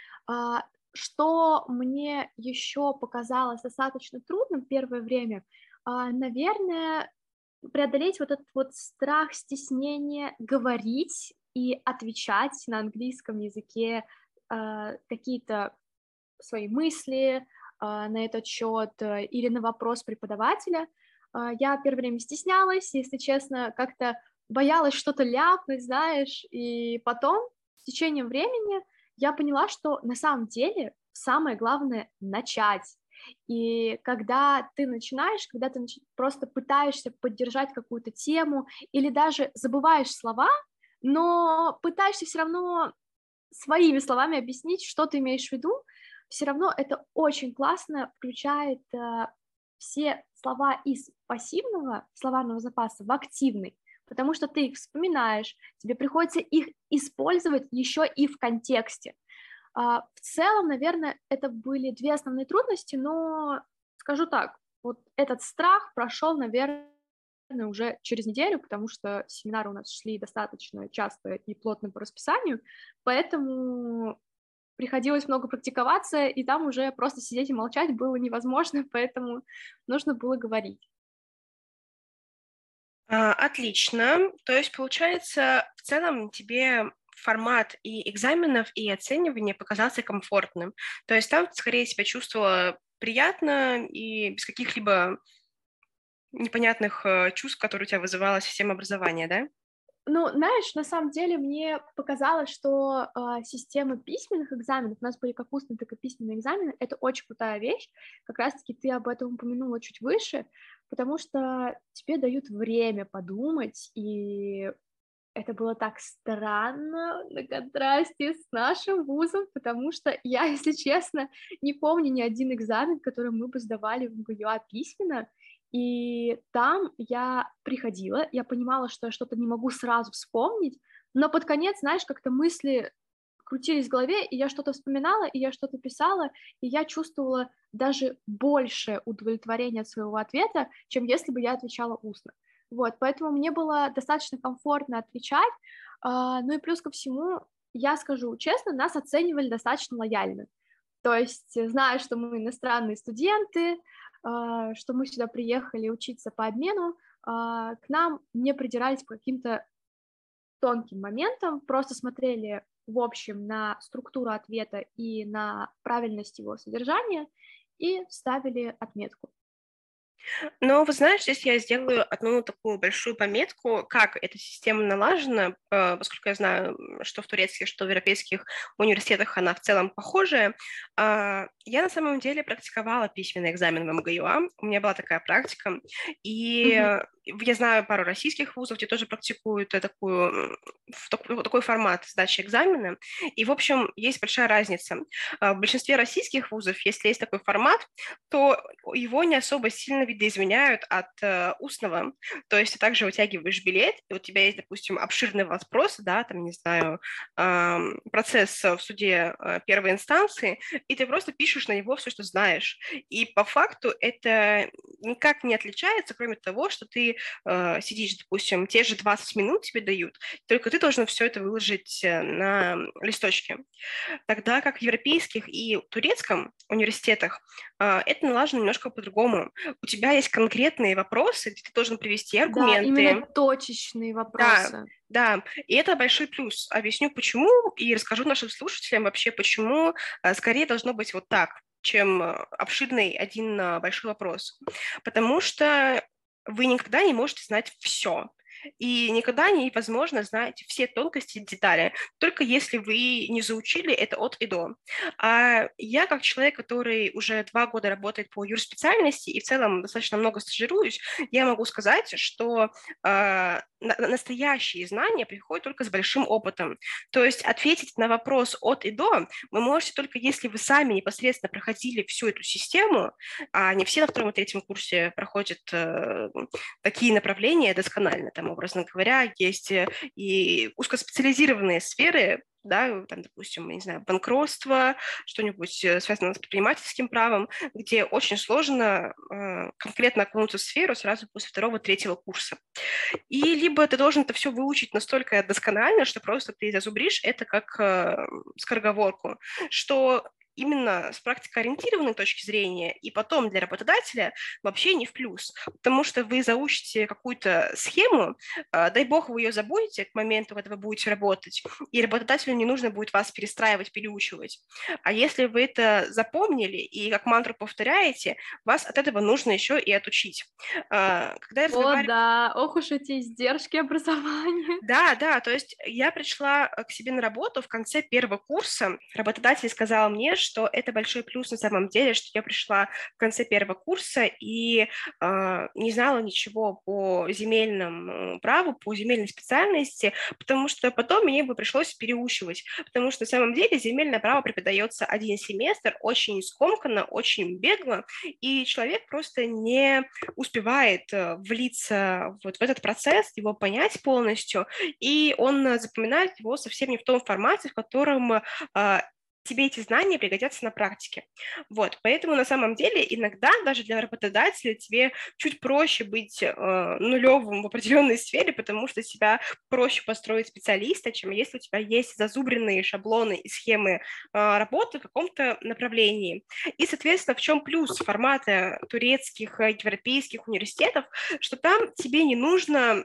Что мне еще показалось достаточно трудным в первое время, наверное, преодолеть вот этот вот страх, стеснение говорить и отвечать на английском языке какие-то свои мысли на этот счет или на вопрос преподавателя. Я первое время стеснялась, если честно, как-то боялась что-то ляпнуть, знаешь, и потом, с течением времени, я поняла, что на самом деле самое главное — начать. И когда ты начинаешь, когда ты просто пытаешься поддержать какую-то тему или даже забываешь слова, но пытаешься все равно своими словами объяснить, что ты имеешь в виду, все равно это очень классно включает все слова из пассивного словарного запаса в активный, потому что ты их вспоминаешь, тебе приходится их использовать еще и в контексте. В целом, наверное, это были две основные трудности, но скажу так, вот этот страх прошел, наверное, уже через неделю, потому что семинары у нас шли достаточно часто и плотно по расписанию, поэтому приходилось много практиковаться, и там уже просто сидеть и молчать было невозможно, поэтому нужно было говорить. Отлично. То есть, получается, в целом тебе формат и экзаменов, и оценивания показался комфортным. То есть там ты скорее себя чувствовала приятно и без каких-либо непонятных чувств, которые у тебя вызывало система образования, да? Ну, знаешь, на самом деле мне показалось, что система письменных экзаменов, у нас были как устные, так и письменные экзамены, это очень крутая вещь, как раз-таки ты об этом упомянула чуть выше, потому что тебе дают время подумать, и это было так странно на контрасте с нашим вузом, потому что я, если честно, не помню ни один экзамен, который мы бы сдавали в МГУА письменно, и там я приходила, я понимала, что я что-то не могу сразу вспомнить, но под конец, знаешь, как-то мысли крутились в голове, и я что-то вспоминала, и я что-то писала, и я чувствовала даже больше удовлетворения от своего ответа, чем если бы я отвечала устно. Вот, поэтому мне было достаточно комфортно отвечать, ну и плюс ко всему, я скажу честно, нас оценивали достаточно лояльно. То есть, зная, что мы иностранные студенты, что мы сюда приехали учиться по обмену, к нам не придирались по каким-то тонким моментам, просто смотрели в общем на структуру ответа и на правильность его содержания и ставили отметку. Но, вы знаешь, здесь я сделаю одну такую большую пометку, как эта система налажена, поскольку я знаю, что в турецких, что в европейских университетах она в целом похожая. Я на самом деле практиковала письменный экзамен в МГУА, у меня была такая практика, и я знаю пару российских вузов, где тоже практикуют такой формат сдачи экзамена, и, в общем, есть большая разница. В большинстве российских вузов, если есть такой формат, то его не особо сильно видоизменяют от устного, то есть ты также вытягиваешь билет, и у тебя есть, допустим, обширный вопрос, да, там, не знаю, процесс в суде первой инстанции, и ты просто пишешь на него все, что знаешь. И по факту это никак не отличается, кроме того, что ты сидишь, допустим, те же 20 минут тебе дают, только ты должен все это выложить на листочке. Тогда как в европейских и турецком университетах это налажено немножко по-другому. У тебя есть конкретные вопросы, где ты должен привести аргументы. Да, именно точечные вопросы. Да, и это большой плюс. Объясню, почему, и расскажу нашим слушателям вообще, почему скорее должно быть вот так, чем обширный один большой вопрос. Потому что вы никогда не можете знать все. И никогда невозможно знать все тонкости и детали, только если вы не заучили это от и до. А я, как человек, который уже 2 года работает по юрспециальности и в целом достаточно много стажируюсь, я могу сказать, что настоящие знания приходят только с большим опытом. То есть ответить на вопрос от и до вы можете только если вы сами непосредственно проходили всю эту систему, а не все на 2-м и 3-м курсе проходят такие направления досконально. Там, образно говоря, есть и узкоспециализированные сферы, да, там, допустим, не знаю, банкротство, что-нибудь связанное с предпринимательским правом, где очень сложно конкретно окунуться в сферу сразу после 2-го, 3-го курса. И либо ты должен это все выучить настолько досконально, что просто ты зазубришь это как скороговорку, что именно с практикоориентированной точки зрения и потом для работодателя вообще не в плюс, потому что вы заучите какую-то схему, дай бог вы ее забудете к моменту, когда вы будете работать, и работодателю не нужно будет вас перестраивать, переучивать. А если вы это запомнили и как мантру повторяете, вас от этого нужно еще и отучить. Когда я О, да, ох уж эти издержки образования. Да, то есть я пришла к себе на работу в конце 1-го курса. Работодатель сказал мне, что это большой плюс на самом деле, что я пришла в конце первого курса и не знала ничего по земельному праву, по земельной специальности, потому что потом мне бы пришлось переучивать, потому что на самом деле земельное право преподается один семестр, очень скомканно, очень бегло, и человек просто не успевает влиться вот в этот процесс, его понять полностью, и он запоминает его совсем не в том формате, в котором тебе эти знания пригодятся на практике. Вот, поэтому на самом деле иногда даже для работодателя тебе чуть проще быть нулевым в определенной сфере, потому что тебя проще построить специалиста, чем если у тебя есть зазубренные шаблоны и схемы работы в каком-то направлении. И, соответственно, в чем плюс формата турецких, европейских университетов, что там тебе не нужно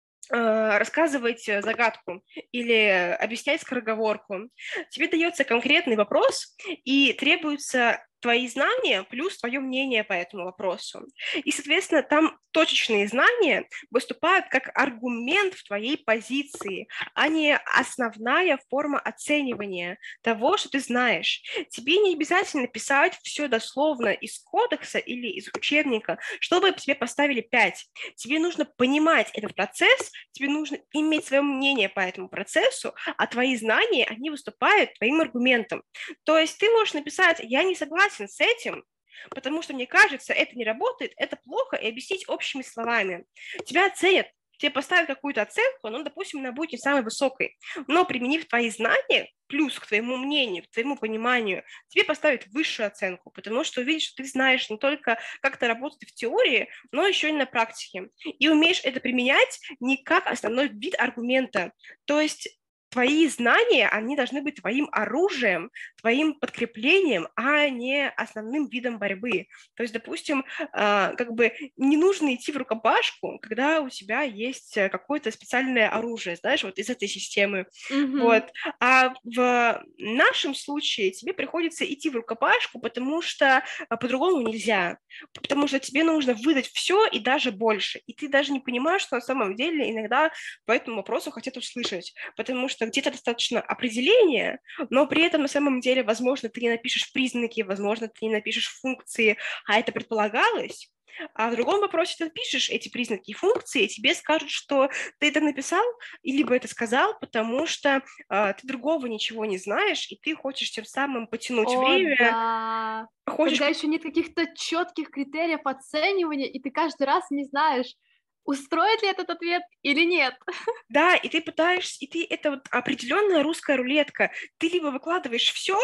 рассказывать загадку или объяснять скороговорку. Тебе дается конкретный вопрос, и требуется твои знания плюс твое мнение по этому вопросу. И, соответственно, там точечные знания выступают как аргумент в твоей позиции, а не основная форма оценивания того, что ты знаешь. Тебе не обязательно писать все дословно из кодекса или из учебника, чтобы тебе поставили 5. Тебе нужно понимать этот процесс, тебе нужно иметь свое мнение по этому процессу, а твои знания, они выступают твоим аргументом. То есть ты можешь написать «я не согласен с этим», потому что, мне кажется, это не работает, это плохо, и объяснить общими словами. Тебя оценят, тебе поставят какую-то оценку, но, допустим, она будет не самой высокой, но применив твои знания, плюс к твоему мнению, к твоему пониманию, тебе поставят высшую оценку, потому что увидишь, что ты знаешь не только, как это работает в теории, но еще и на практике. И умеешь это применять не как основной вид аргумента. То есть твои знания, они должны быть твоим оружием, твоим подкреплением, а не основным видом борьбы. То есть, допустим, как бы не нужно идти в рукопашку, когда у тебя есть какое-то специальное оружие, знаешь, вот из этой системы. Вот. А в нашем случае тебе приходится идти в рукопашку, потому что по-другому нельзя. Потому что тебе нужно выдать все и даже больше. И ты даже не понимаешь, что на самом деле иногда по этому вопросу хотят услышать. Потому что где-то достаточно определения, но при этом на самом деле, возможно, ты не напишешь признаки, возможно, ты не напишешь функции, а это предполагалось. А в другом вопросе ты напишешь эти признаки и функции, и тебе скажут, что ты это написал, либо это сказал, потому что ты другого ничего не знаешь, и ты хочешь тем самым потянуть О, время, да. хочешь... Когда еще нет каких-то четких критериев оценивания, и ты каждый раз не знаешь, устроит ли этот ответ или нет. Да, и ты пытаешься, и ты это вот определенная русская рулетка. Ты либо выкладываешь все,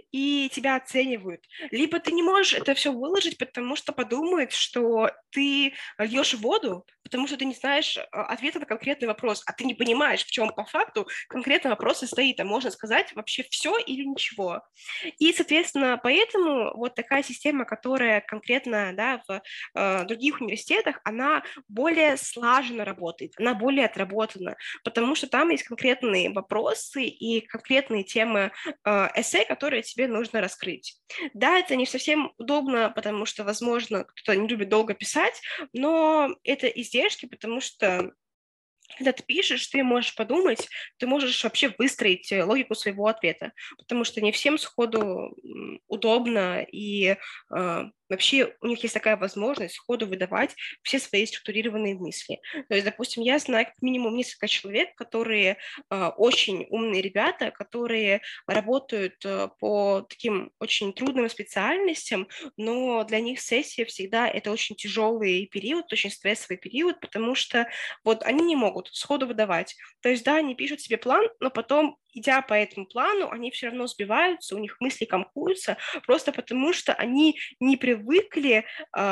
и тебя оценивают, либо ты не можешь это все выложить, потому что подумают, что ты льешь воду, потому что ты не знаешь ответа на конкретный вопрос, а ты не понимаешь, в чем по факту конкретно вопрос состоит, а можно сказать вообще все или ничего. И, соответственно, поэтому вот такая система, которая конкретно, да, в других университетах, она более слаженно работает, она более отработана, потому что там есть конкретные вопросы и конкретные темы эссе, которые тебе нужно раскрыть. Да, это не совсем удобно, потому что, возможно, кто-то не любит долго писать, но это издержки, потому что когда ты пишешь, ты можешь подумать, ты можешь вообще выстроить логику своего ответа, потому что не всем сходу удобно, и вообще у них есть такая возможность сходу выдавать все свои структурированные мысли. То есть, допустим, я знаю как минимум несколько человек, которые очень умные ребята, которые работают по таким очень трудным специальностям, но для них сессия всегда это очень тяжелый период, очень стрессовый период, потому что вот они не могут сходу выдавать. То есть, да, они пишут себе план, но потом, идя по этому плану, они все равно сбиваются, у них мысли комкуются, просто потому что они не привыкли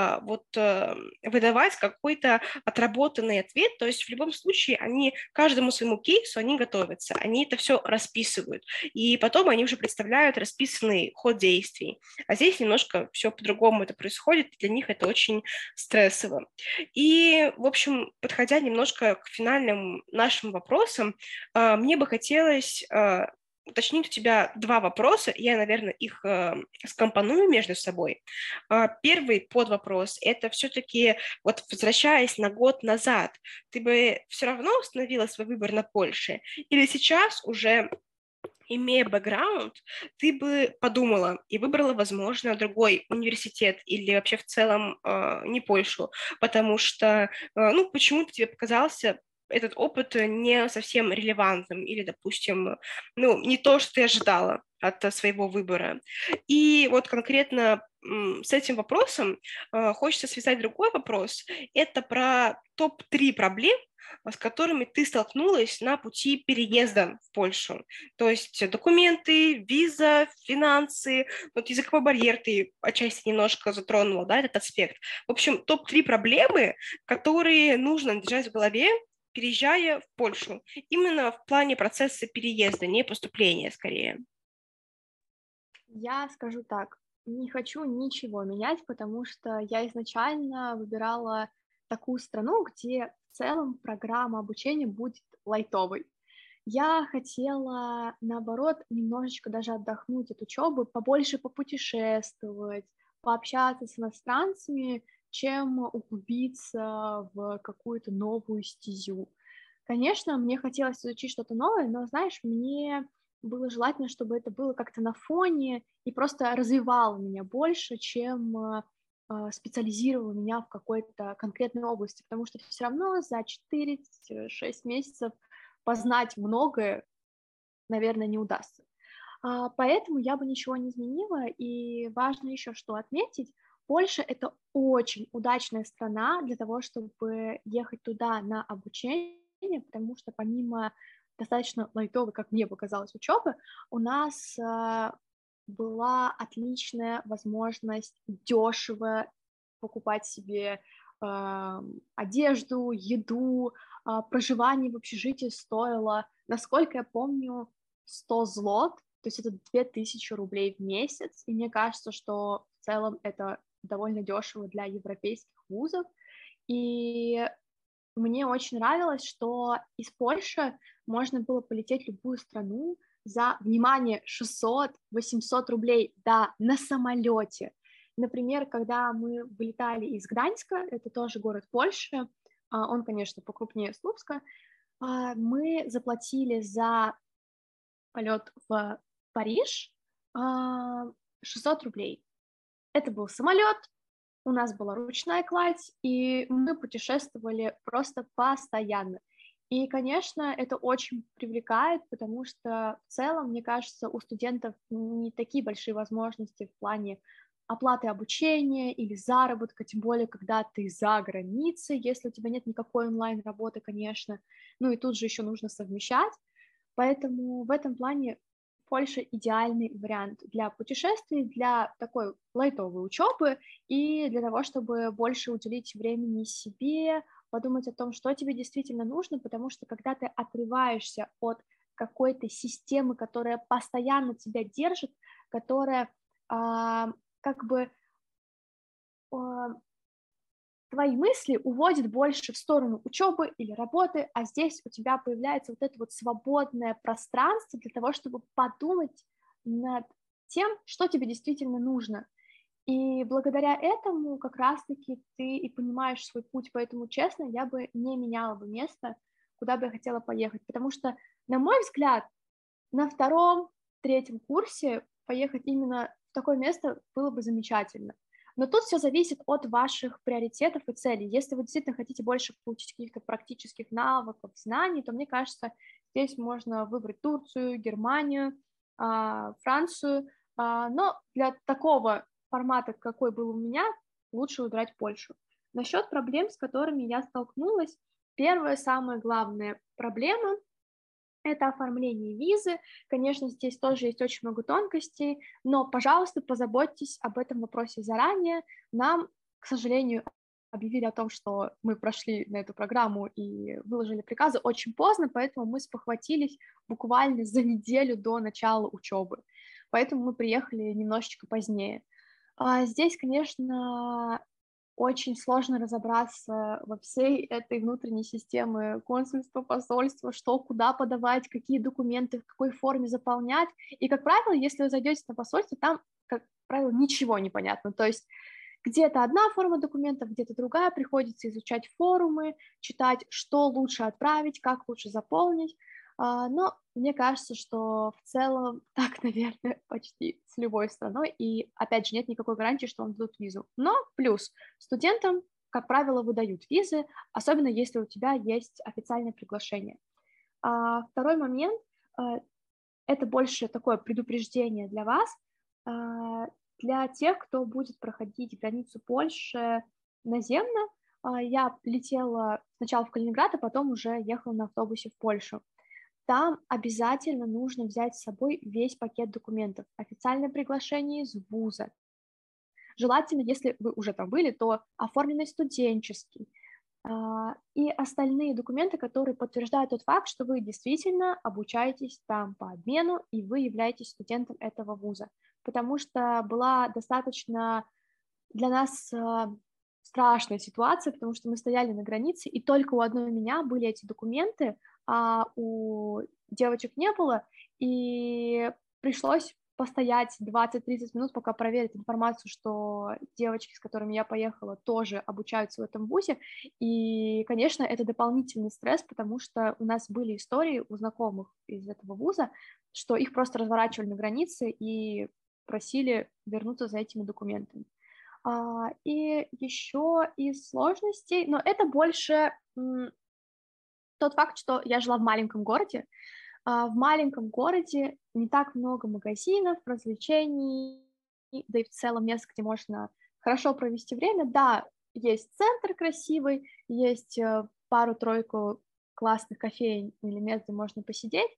выдавать какой-то отработанный ответ. То есть в любом случае они каждому своему кейсу они готовятся, они это все расписывают, и потом они уже представляют расписанный ход действий. А здесь немножко все по-другому это происходит, для них это очень стрессово. И, в общем, подходя немножко к финальным нашим вопросам, мне бы хотелось уточнить у тебя два вопроса. Я, наверное, их скомпоную между собой. Первый подвопрос – это все-таки, вот возвращаясь на год назад, ты бы все равно установила свой выбор на Польше? Или сейчас уже имея бэкграунд, ты бы подумала и выбрала, возможно, другой университет или вообще в целом не Польшу, потому что, ну, почему-то тебе показался этот опыт не совсем релевантным или, допустим, ну, не то, что ты ожидала от своего выбора. И вот конкретно с этим вопросом хочется связать другой вопрос. Это про топ-3 проблем, с которыми ты столкнулась на пути переезда в Польшу. То есть документы, виза, финансы, вот языковой барьер ты отчасти немножко затронула, да, этот аспект. В общем, топ-3 проблемы, которые нужно держать в голове, переезжая в Польшу. Именно в плане процесса переезда, не поступления, скорее. Я скажу так, не хочу ничего менять, потому что я изначально выбирала такую страну, где в целом программа обучения будет лайтовой. Я хотела, наоборот, немножечко даже отдохнуть от учебы, побольше попутешествовать, пообщаться с иностранцами, чем углубиться в какую-то новую стезю. Конечно, мне хотелось изучить что-то новое, но, знаешь, мне было желательно, чтобы это было как-то на фоне и просто развивало меня больше, чем специализировало меня в какой-то конкретной области, потому что все равно за 4-6 месяцев познать многое, наверное, не удастся. Поэтому я бы ничего не изменила, и важно еще что отметить, Польша — это очень удачная страна для того, чтобы ехать туда на обучение, потому что помимо достаточно лайтовой, как мне показалось, учебы, у нас была отличная возможность дешево покупать себе одежду, еду, проживание в общежитии стоило, насколько я помню, 100 злот, то есть это 2000 рублей в месяц, и мне кажется, что в целом это довольно дешево для европейских вузов, и мне очень нравилось, что из Польши можно было полететь в любую страну за, внимание, 600-800 рублей, да, на самолете. Например, когда мы вылетали из Гданьска, это тоже город Польши, он, конечно, покрупнее Слупска, мы заплатили за полет в Париж 600 рублей. Это был самолет, у нас была ручная кладь, и мы путешествовали просто постоянно. И, конечно, это очень привлекает, потому что в целом, мне кажется, у студентов не такие большие возможности в плане оплаты обучения или заработка, тем более, когда ты за границей, если у тебя нет никакой онлайн-работы, конечно. Ну и тут же еще нужно совмещать. Поэтому в этом плане Польша идеальный вариант для путешествий, для такой лайтовой учебы и для того, чтобы больше уделить времени себе, подумать о том, что тебе действительно нужно, потому что когда ты отрываешься от какой-то системы, которая постоянно тебя держит, которая как бы твои мысли уводят больше в сторону учебы или работы, а здесь у тебя появляется вот это вот свободное пространство для того, чтобы подумать над тем, что тебе действительно нужно. И благодаря этому как раз-таки ты и понимаешь свой путь, поэтому, честно, я бы не меняла бы место, куда бы я хотела поехать, потому что, на мой взгляд, на втором-третьем курсе поехать именно в такое место было бы замечательно. Но тут все зависит от ваших приоритетов и целей. Если вы действительно хотите больше получить каких-то практических навыков, знаний, то, мне кажется, здесь можно выбрать Турцию, Германию, Францию. Но для такого формата, какой был у меня, лучше выбирать Польшу. Насчет проблем, с которыми я столкнулась, первая, самая главная проблема — это оформление визы. Конечно, здесь тоже есть очень много тонкостей, но, пожалуйста, позаботьтесь об этом вопросе заранее. Нам, к сожалению, объявили о том, что мы прошли на эту программу и выложили приказы очень поздно, поэтому мы спохватились буквально за неделю до начала учебы. Поэтому мы приехали немножечко позднее. Здесь, конечно, очень сложно разобраться во всей этой внутренней системе консульства, посольства, что, куда подавать, какие документы, в какой форме заполнять. И, как правило, если вы зайдете на посольство, там, как правило, ничего не понятно. То есть где-то одна форма документов, где-то другая, приходится изучать форумы, читать, что лучше отправить, как лучше заполнить. Но мне кажется, что в целом так, наверное, почти с любой страной, и, опять же, нет никакой гарантии, что вам дадут визу. Но плюс студентам, как правило, выдают визы, особенно если у тебя есть официальное приглашение. Второй момент, это больше такое предупреждение для вас, для тех, кто будет проходить границу Польши наземно. Я летела сначала в Калининград, а потом уже ехала на автобусе в Польшу. Там обязательно нужно взять с собой весь пакет документов. Официальное приглашение из вуза. Желательно, если вы уже там были, то оформленный студенческий. И остальные документы, которые подтверждают тот факт, что вы действительно обучаетесь там по обмену, и вы являетесь студентом этого вуза. Потому что была достаточно для нас страшная ситуация, потому что мы стояли на границе, и только у одной меня были эти документы, а у девочек не было, и пришлось постоять 20-30 минут, пока проверят информацию, что девочки, с которыми я поехала, тоже обучаются в этом вузе, и, конечно, это дополнительный стресс, потому что у нас были истории у знакомых из этого вуза, что их просто разворачивали на границе и просили вернуться за этими документами. И еще из сложностей, но это больше тот факт, что я жила в маленьком городе. В маленьком городе не так много магазинов, развлечений, да и в целом мест, где можно хорошо провести время. Да, есть центр красивый, есть пару-тройку классных кофеен или мест, где можно посидеть,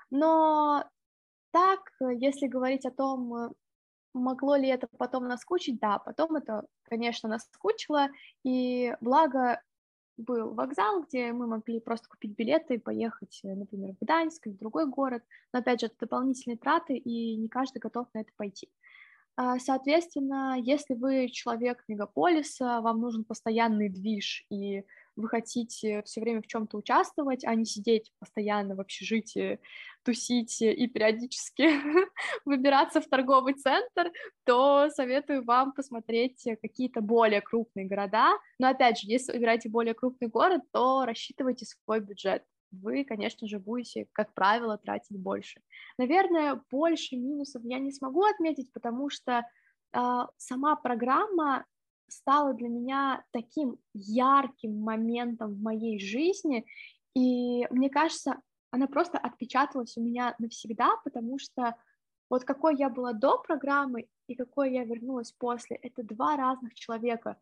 но так, если говорить о том, могло ли это потом наскучить, да, потом это, конечно, наскучило, и благо был вокзал, где мы могли просто купить билеты и поехать, например, в Гданьск или в другой город, но, опять же, это дополнительные траты, и не каждый готов на это пойти. Соответственно, если вы человек мегаполиса, вам нужен постоянный движ, и вы хотите все время в чем-то участвовать, а не сидеть постоянно в общежитии, тусить и периодически выбираться в торговый центр, то советую вам посмотреть какие-то более крупные города. Но опять же, если выбираете более крупный город, то рассчитывайте свой бюджет. Вы, конечно же, будете, как правило, тратить больше. Наверное, больше минусов я не смогу отметить, потому что сама программа стала для меня таким ярким моментом в моей жизни, и мне кажется, она просто отпечаталась у меня навсегда, потому что вот какой я была до программы и какой я вернулась после, это два разных человека.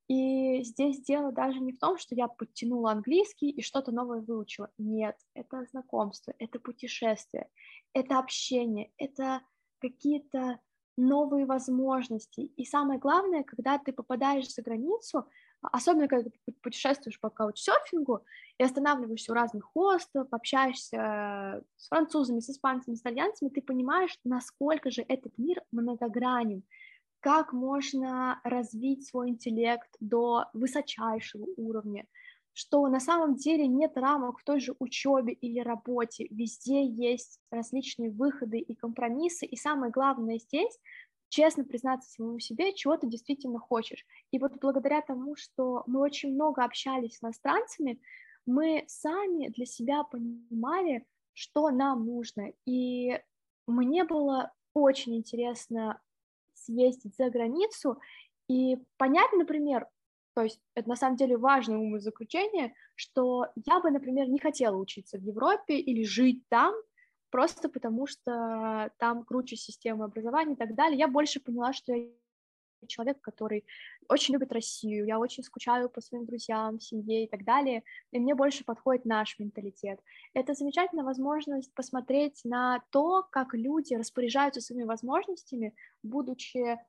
И здесь дело даже не в том, что я подтянула английский и что-то новое выучила. Нет, это знакомство, это путешествие, это общение, это какие-то новые возможности. И самое главное, когда ты попадаешь за границу, особенно когда ты путешествуешь по каучсерфингу и останавливаешься у разных хостелов, общаешься с французами, с испанцами, с итальянцами, ты понимаешь, насколько же этот мир многогранен, как можно развить свой интеллект до высочайшего уровня, что на самом деле нет рамок в той же учебе или работе, везде есть различные выходы и компромиссы, и самое главное здесь честно признаться самому себе, чего ты действительно хочешь. И вот благодаря тому, что мы очень много общались с иностранцами, мы сами для себя понимали, что нам нужно. И мне было очень интересно съездить за границу и понять, например, то есть это на самом деле важное умозаключение, что я бы, например, не хотела учиться в Европе или жить там, просто потому что там круче система образования и так далее. Я больше поняла, что я человек, который очень любит Россию, я очень скучаю по своим друзьям, семье и так далее, и мне больше подходит наш менталитет. Это замечательная возможность посмотреть на то, как люди распоряжаются своими возможностями, будучи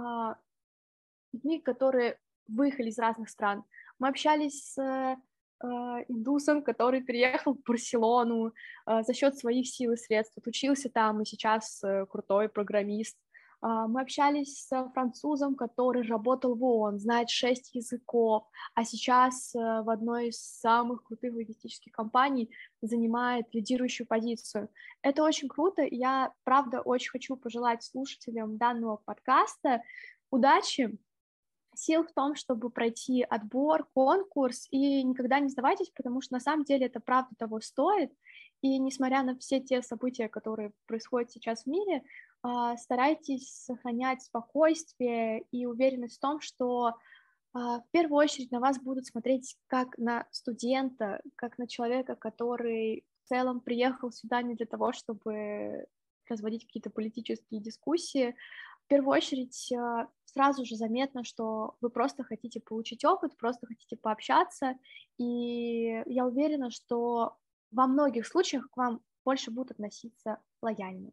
людьми, которые выехали из разных стран. Мы общались с индусом, который переехал в Барселону за счет своих сил и средств, отучился там и сейчас крутой программист. Мы общались с французом, который работал в ООН, знает 6 языков, а сейчас в одной из самых крутых логистических компаний занимает лидирующую позицию. Это очень круто, и я, правда, очень хочу пожелать слушателям данного подкаста удачи, сил в том, чтобы пройти отбор, конкурс, и никогда не сдавайтесь, потому что на самом деле это правда того стоит, И несмотря на все те события, которые происходят сейчас в мире, старайтесь сохранять спокойствие и уверенность в том, что в первую очередь на вас будут смотреть как на студента, как на человека, который в целом приехал сюда не для того, чтобы разводить какие-то политические дискуссии. В первую очередь сразу же заметно, что вы просто хотите получить опыт, просто хотите пообщаться, и я уверена, что во многих случаях к вам больше будут относиться лояльно.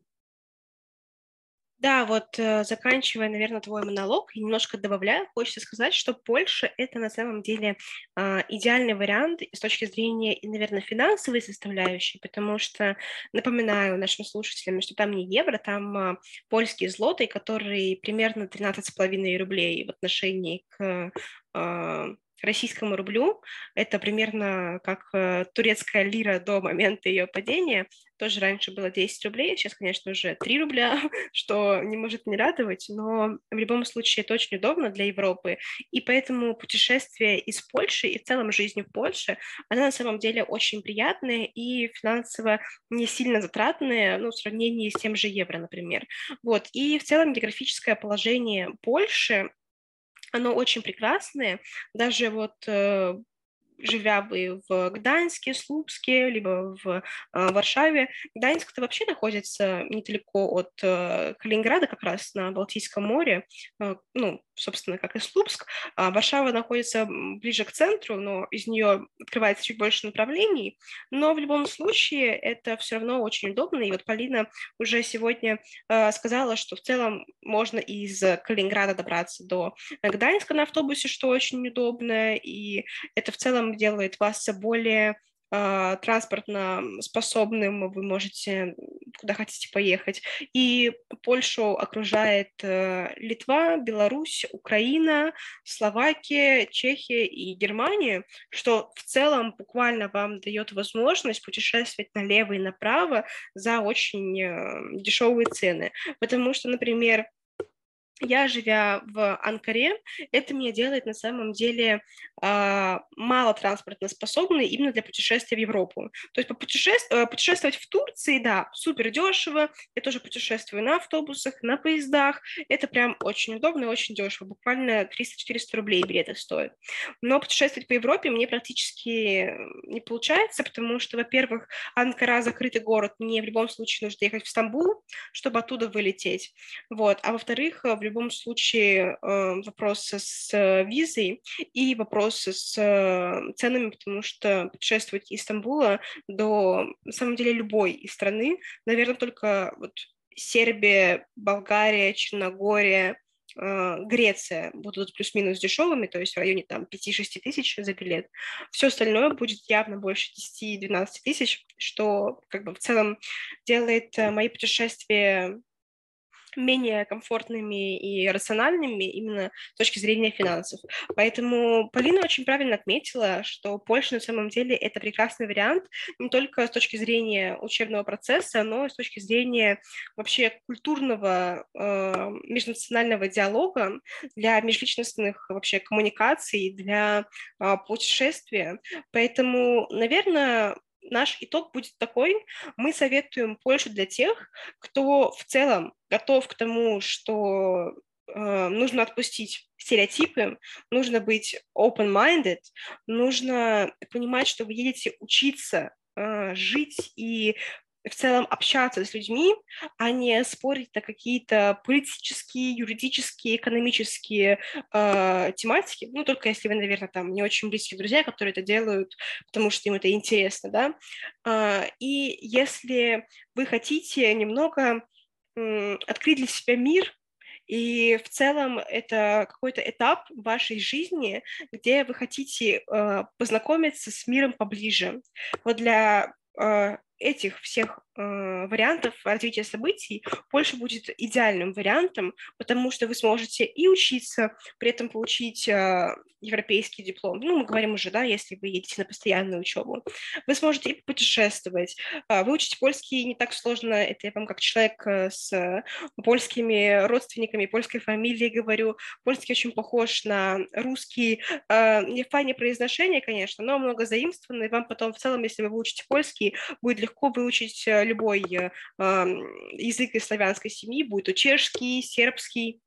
Да, вот заканчивая, наверное, твой монолог и немножко добавляя, хочется сказать, что Польша — это на самом деле идеальный вариант с точки зрения, и, наверное, финансовой составляющей, потому что, напоминаю нашим слушателям, что там не евро, там польские злоты, которые примерно 13,5 рублей в отношении к российскому рублю. Это примерно как турецкая лира до момента ее падения. Тоже раньше было 10 рублей, сейчас, конечно, уже 3 рубля, что не может не радовать, но в любом случае это очень удобно для Европы, и поэтому путешествие из Польши и в целом жизнь в Польше, она на самом деле очень приятная и финансово не сильно затратная, ну, в сравнении с тем же евро, например. Вот, и в целом географическое положение Польши, оно очень прекрасное, даже вот живя вы в Гданьске, Слупске, либо в Варшаве. Гданьск-то вообще находится недалеко от Калининграда, как раз на Балтийском море, ну, собственно, как и Слупск. Варшава находится ближе к центру, но из нее открывается чуть больше направлений, но в любом случае это все равно очень удобно, и вот Полина уже сегодня сказала, что в целом можно из Калининграда добраться до Гданьска на автобусе, что очень удобно, и это в целом делает вас более транспортно способным, вы можете куда хотите поехать. И Польшу окружает Литва, Беларусь, Украина, Словакия, Чехия и Германия, что в целом буквально вам дает возможность путешествовать налево и направо за очень дешевые цены. Потому что, например, я, живя в Анкаре, это меня делает на самом деле мало транспортно способной именно для путешествия в Европу. То есть путешествовать в Турции, да, супер дешево. Я тоже путешествую на автобусах, на поездах. Это прям очень удобно и очень дешево. Буквально 300-400 рублей билеты стоят. Но путешествовать по Европе мне практически не получается, потому что, во-первых, Анкара — закрытый город, мне в любом случае нужно ехать в Стамбул, чтобы оттуда вылететь. Вот. А во-вторых, в любом случае вопрос с визой и вопрос с ценами, потому что путешествовать из Стамбула до, на самом деле, любой из страны, наверное, только вот Сербия, Болгария, Черногория, Греция будут плюс-минус дешевыми, то есть в районе там 5-6 тысяч за билет. Все остальное будет явно больше 10-12 тысяч, что как бы в целом делает мои путешествия менее комфортными и рациональными именно с точки зрения финансов. Поэтому Полина очень правильно отметила, что Польша на самом деле это прекрасный вариант не только с точки зрения учебного процесса, но и с точки зрения вообще культурного межнационального диалога, для межличностных вообще коммуникаций, для путешествия. Поэтому, наверное, наш итог будет такой: мы советуем Польшу для тех, кто в целом готов к тому, что нужно отпустить стереотипы, нужно быть open-minded, нужно понимать, что вы едете учиться, жить и в целом общаться с людьми, а не спорить на какие-то политические, юридические, экономические тематики. Ну, только если вы, наверное, там не очень близкие друзья, которые это делают, потому что им это интересно, да. И если вы хотите немного открыть для себя мир, и в целом это какой-то этап в вашей жизни, где вы хотите познакомиться с миром поближе. Вот для этих всех вариантов развития событий Польша будет идеальным вариантом, потому что вы сможете и учиться, при этом получить европейский диплом. Ну, мы говорим уже, да, если вы едете на постоянную учебу. Вы сможете и путешествовать. Выучить польский не так сложно. Это я вам как человек с польскими родственниками, польской фамилией говорю. Польский очень похож на русский. Не в плане произношения, конечно, но много заимствовано. И вам потом в целом, если вы выучите польский, будет легко выучить любой язык из славянской семьи, будь то чешский, сербский.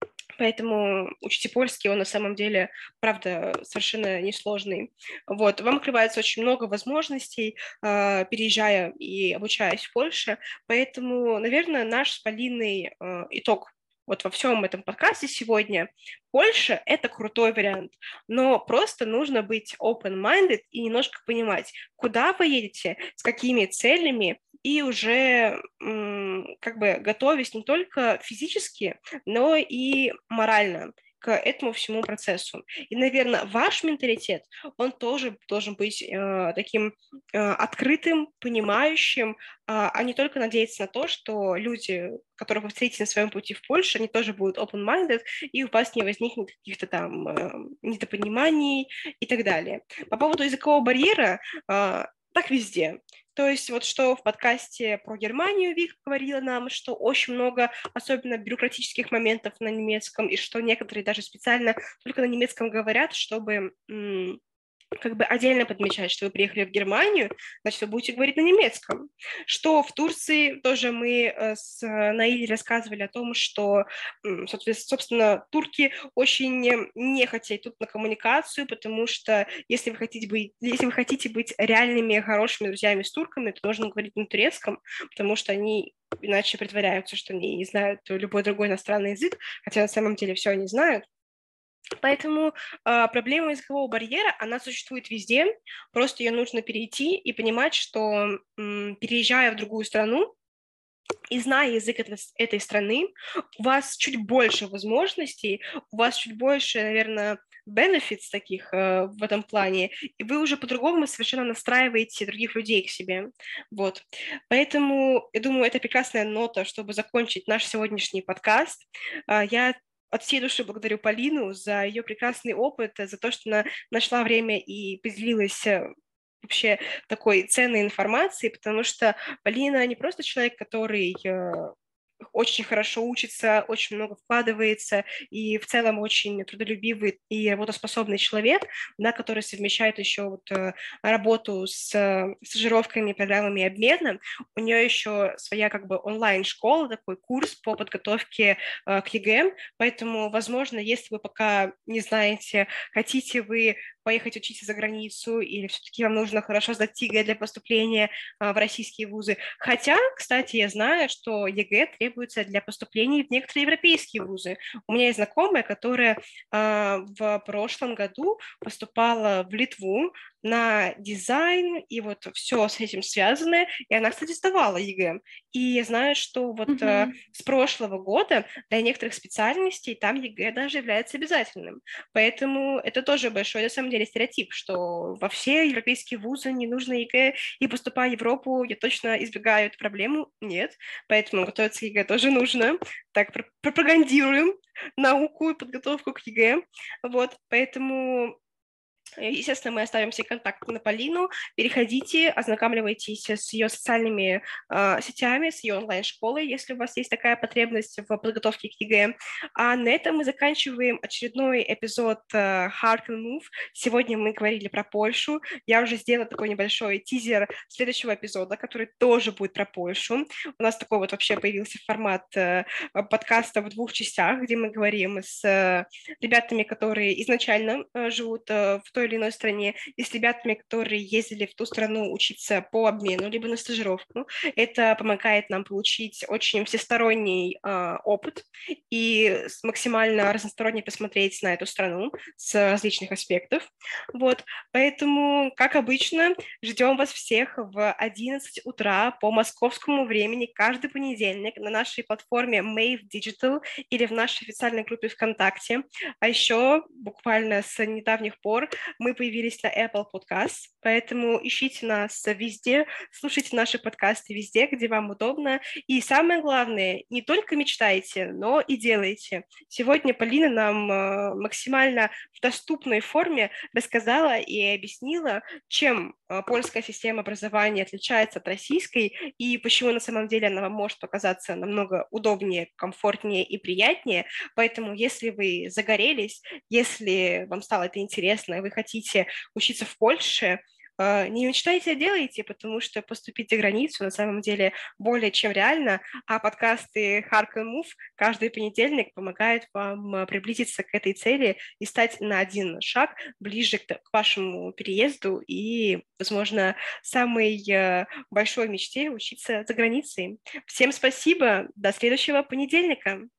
Поэтому учите польский, он на самом деле, правда, совершенно несложный. Вот. Вам открывается очень много возможностей, переезжая и обучаясь в Польше. Поэтому, наверное, наш с Полиной итог вот во всем этом подкасте сегодня: Польша – это крутой вариант, но просто нужно быть open-minded и немножко понимать, куда вы едете, с какими целями, и уже как бы готовясь не только физически, но и морально к этому всему процессу. И, наверное, ваш менталитет, он тоже должен быть таким открытым, понимающим, а не только надеяться на то, что люди, которых вы встретите на своем пути в Польше, они тоже будут open-minded, и у вас не возникнет каких-то там недопониманий и так далее. По поводу языкового барьера, так везде. То есть вот что в подкасте про Германию Вика говорила нам, что очень много, особенно бюрократических моментов на немецком, и что некоторые даже специально только на немецком говорят, чтобы как бы отдельно подмечать, что вы приехали в Германию, значит, вы будете говорить на немецком. Что в Турции тоже мы с Наилей рассказывали о том, что, собственно, турки очень нехотя идут на коммуникацию, потому что если вы хотите быть реальными хорошими друзьями с турками, то нужно говорить на турецком, потому что они иначе притворяются, что они не знают любой другой иностранный язык, хотя на самом деле все они знают. Поэтому проблема языкового барьера, она существует везде, просто ее нужно перейти и понимать, что переезжая в другую страну и зная язык этой страны, у вас чуть больше возможностей, у вас чуть больше, наверное, benefits таких в этом плане, и вы уже по-другому совершенно настраиваете других людей к себе. Вот. Поэтому, я думаю, это прекрасная нота, чтобы закончить наш сегодняшний подкаст. Я от всей души благодарю Полину за ее прекрасный опыт, за то, что она нашла время и поделилась вообще такой ценной информацией, потому что Полина не просто человек, который очень хорошо учится, очень много вкладывается и в целом очень трудолюбивый и работоспособный человек, да, который совмещает еще вот работу с стажировками, программами обмена. У нее еще своя как бы онлайн-школа, такой курс по подготовке к ЕГЭ, поэтому, возможно, если вы пока не знаете, хотите вы поехать учиться за границу или все-таки вам нужно хорошо сдать ЕГЭ для поступления в российские вузы. Хотя, кстати, я знаю, что ЕГЭ требуется для поступления в некоторые европейские вузы. У меня есть знакомая, которая в прошлом году поступала в Литву на дизайн и вот все с этим связанное, и она, кстати, сдавала ЕГЭ. И я знаю, что вот с прошлого года для некоторых специальностей там ЕГЭ даже является обязательным. Поэтому это тоже большой, на самом деле, стереотип, что во все европейские вузы не нужно ЕГЭ, и поступая в Европу, я точно избегаю эту проблему. Нет, поэтому готовиться к ЕГЭ тоже нужно. Так, пропагандируем науку и подготовку к ЕГЭ. Вот, поэтому... Естественно, мы оставим все контакты на Полину. Переходите, ознакомливайтесь с ее социальными сетями, с ее онлайн-школой, если у вас есть такая потребность в подготовке к ЕГЭ. А на этом мы заканчиваем очередной эпизод Hard and Move. Сегодня мы говорили про Польшу. Я уже сделала такой небольшой тизер следующего эпизода, который тоже будет про Польшу. У нас такой вот вообще появился формат подкаста в 2 частях, где мы говорим с ребятами, которые изначально живут в той или иной стране, и с ребятами, которые ездили в ту страну учиться по обмену, либо на стажировку. Это помогает нам получить очень всесторонний опыт и максимально разносторонне посмотреть на эту страну с различных аспектов. Вот. Поэтому, как обычно, ждем вас всех в 11 утра по московскому времени каждый понедельник на нашей платформе Mave Digital или в нашей официальной группе ВКонтакте. А еще буквально с недавних пор мы появились на Apple Podcasts, поэтому ищите нас везде, слушайте наши подкасты везде, где вам удобно. И самое главное, не только мечтайте, но и делайте. Сегодня Полина нам максимально в доступной форме рассказала и объяснила, чем польская система образования отличается от российской и почему на самом деле она вам может показаться намного удобнее, комфортнее и приятнее. Поэтому, если вы загорелись, если вам стало это интересно, и вы хотите учиться в Польше, не мечтайте, а делайте, потому что поступить за границу на самом деле более чем реально, а подкасты Hark and Move каждый понедельник помогают вам приблизиться к этой цели и стать на один шаг ближе к вашему переезду и, возможно, самой большой мечте учиться за границей. Всем спасибо, до следующего понедельника.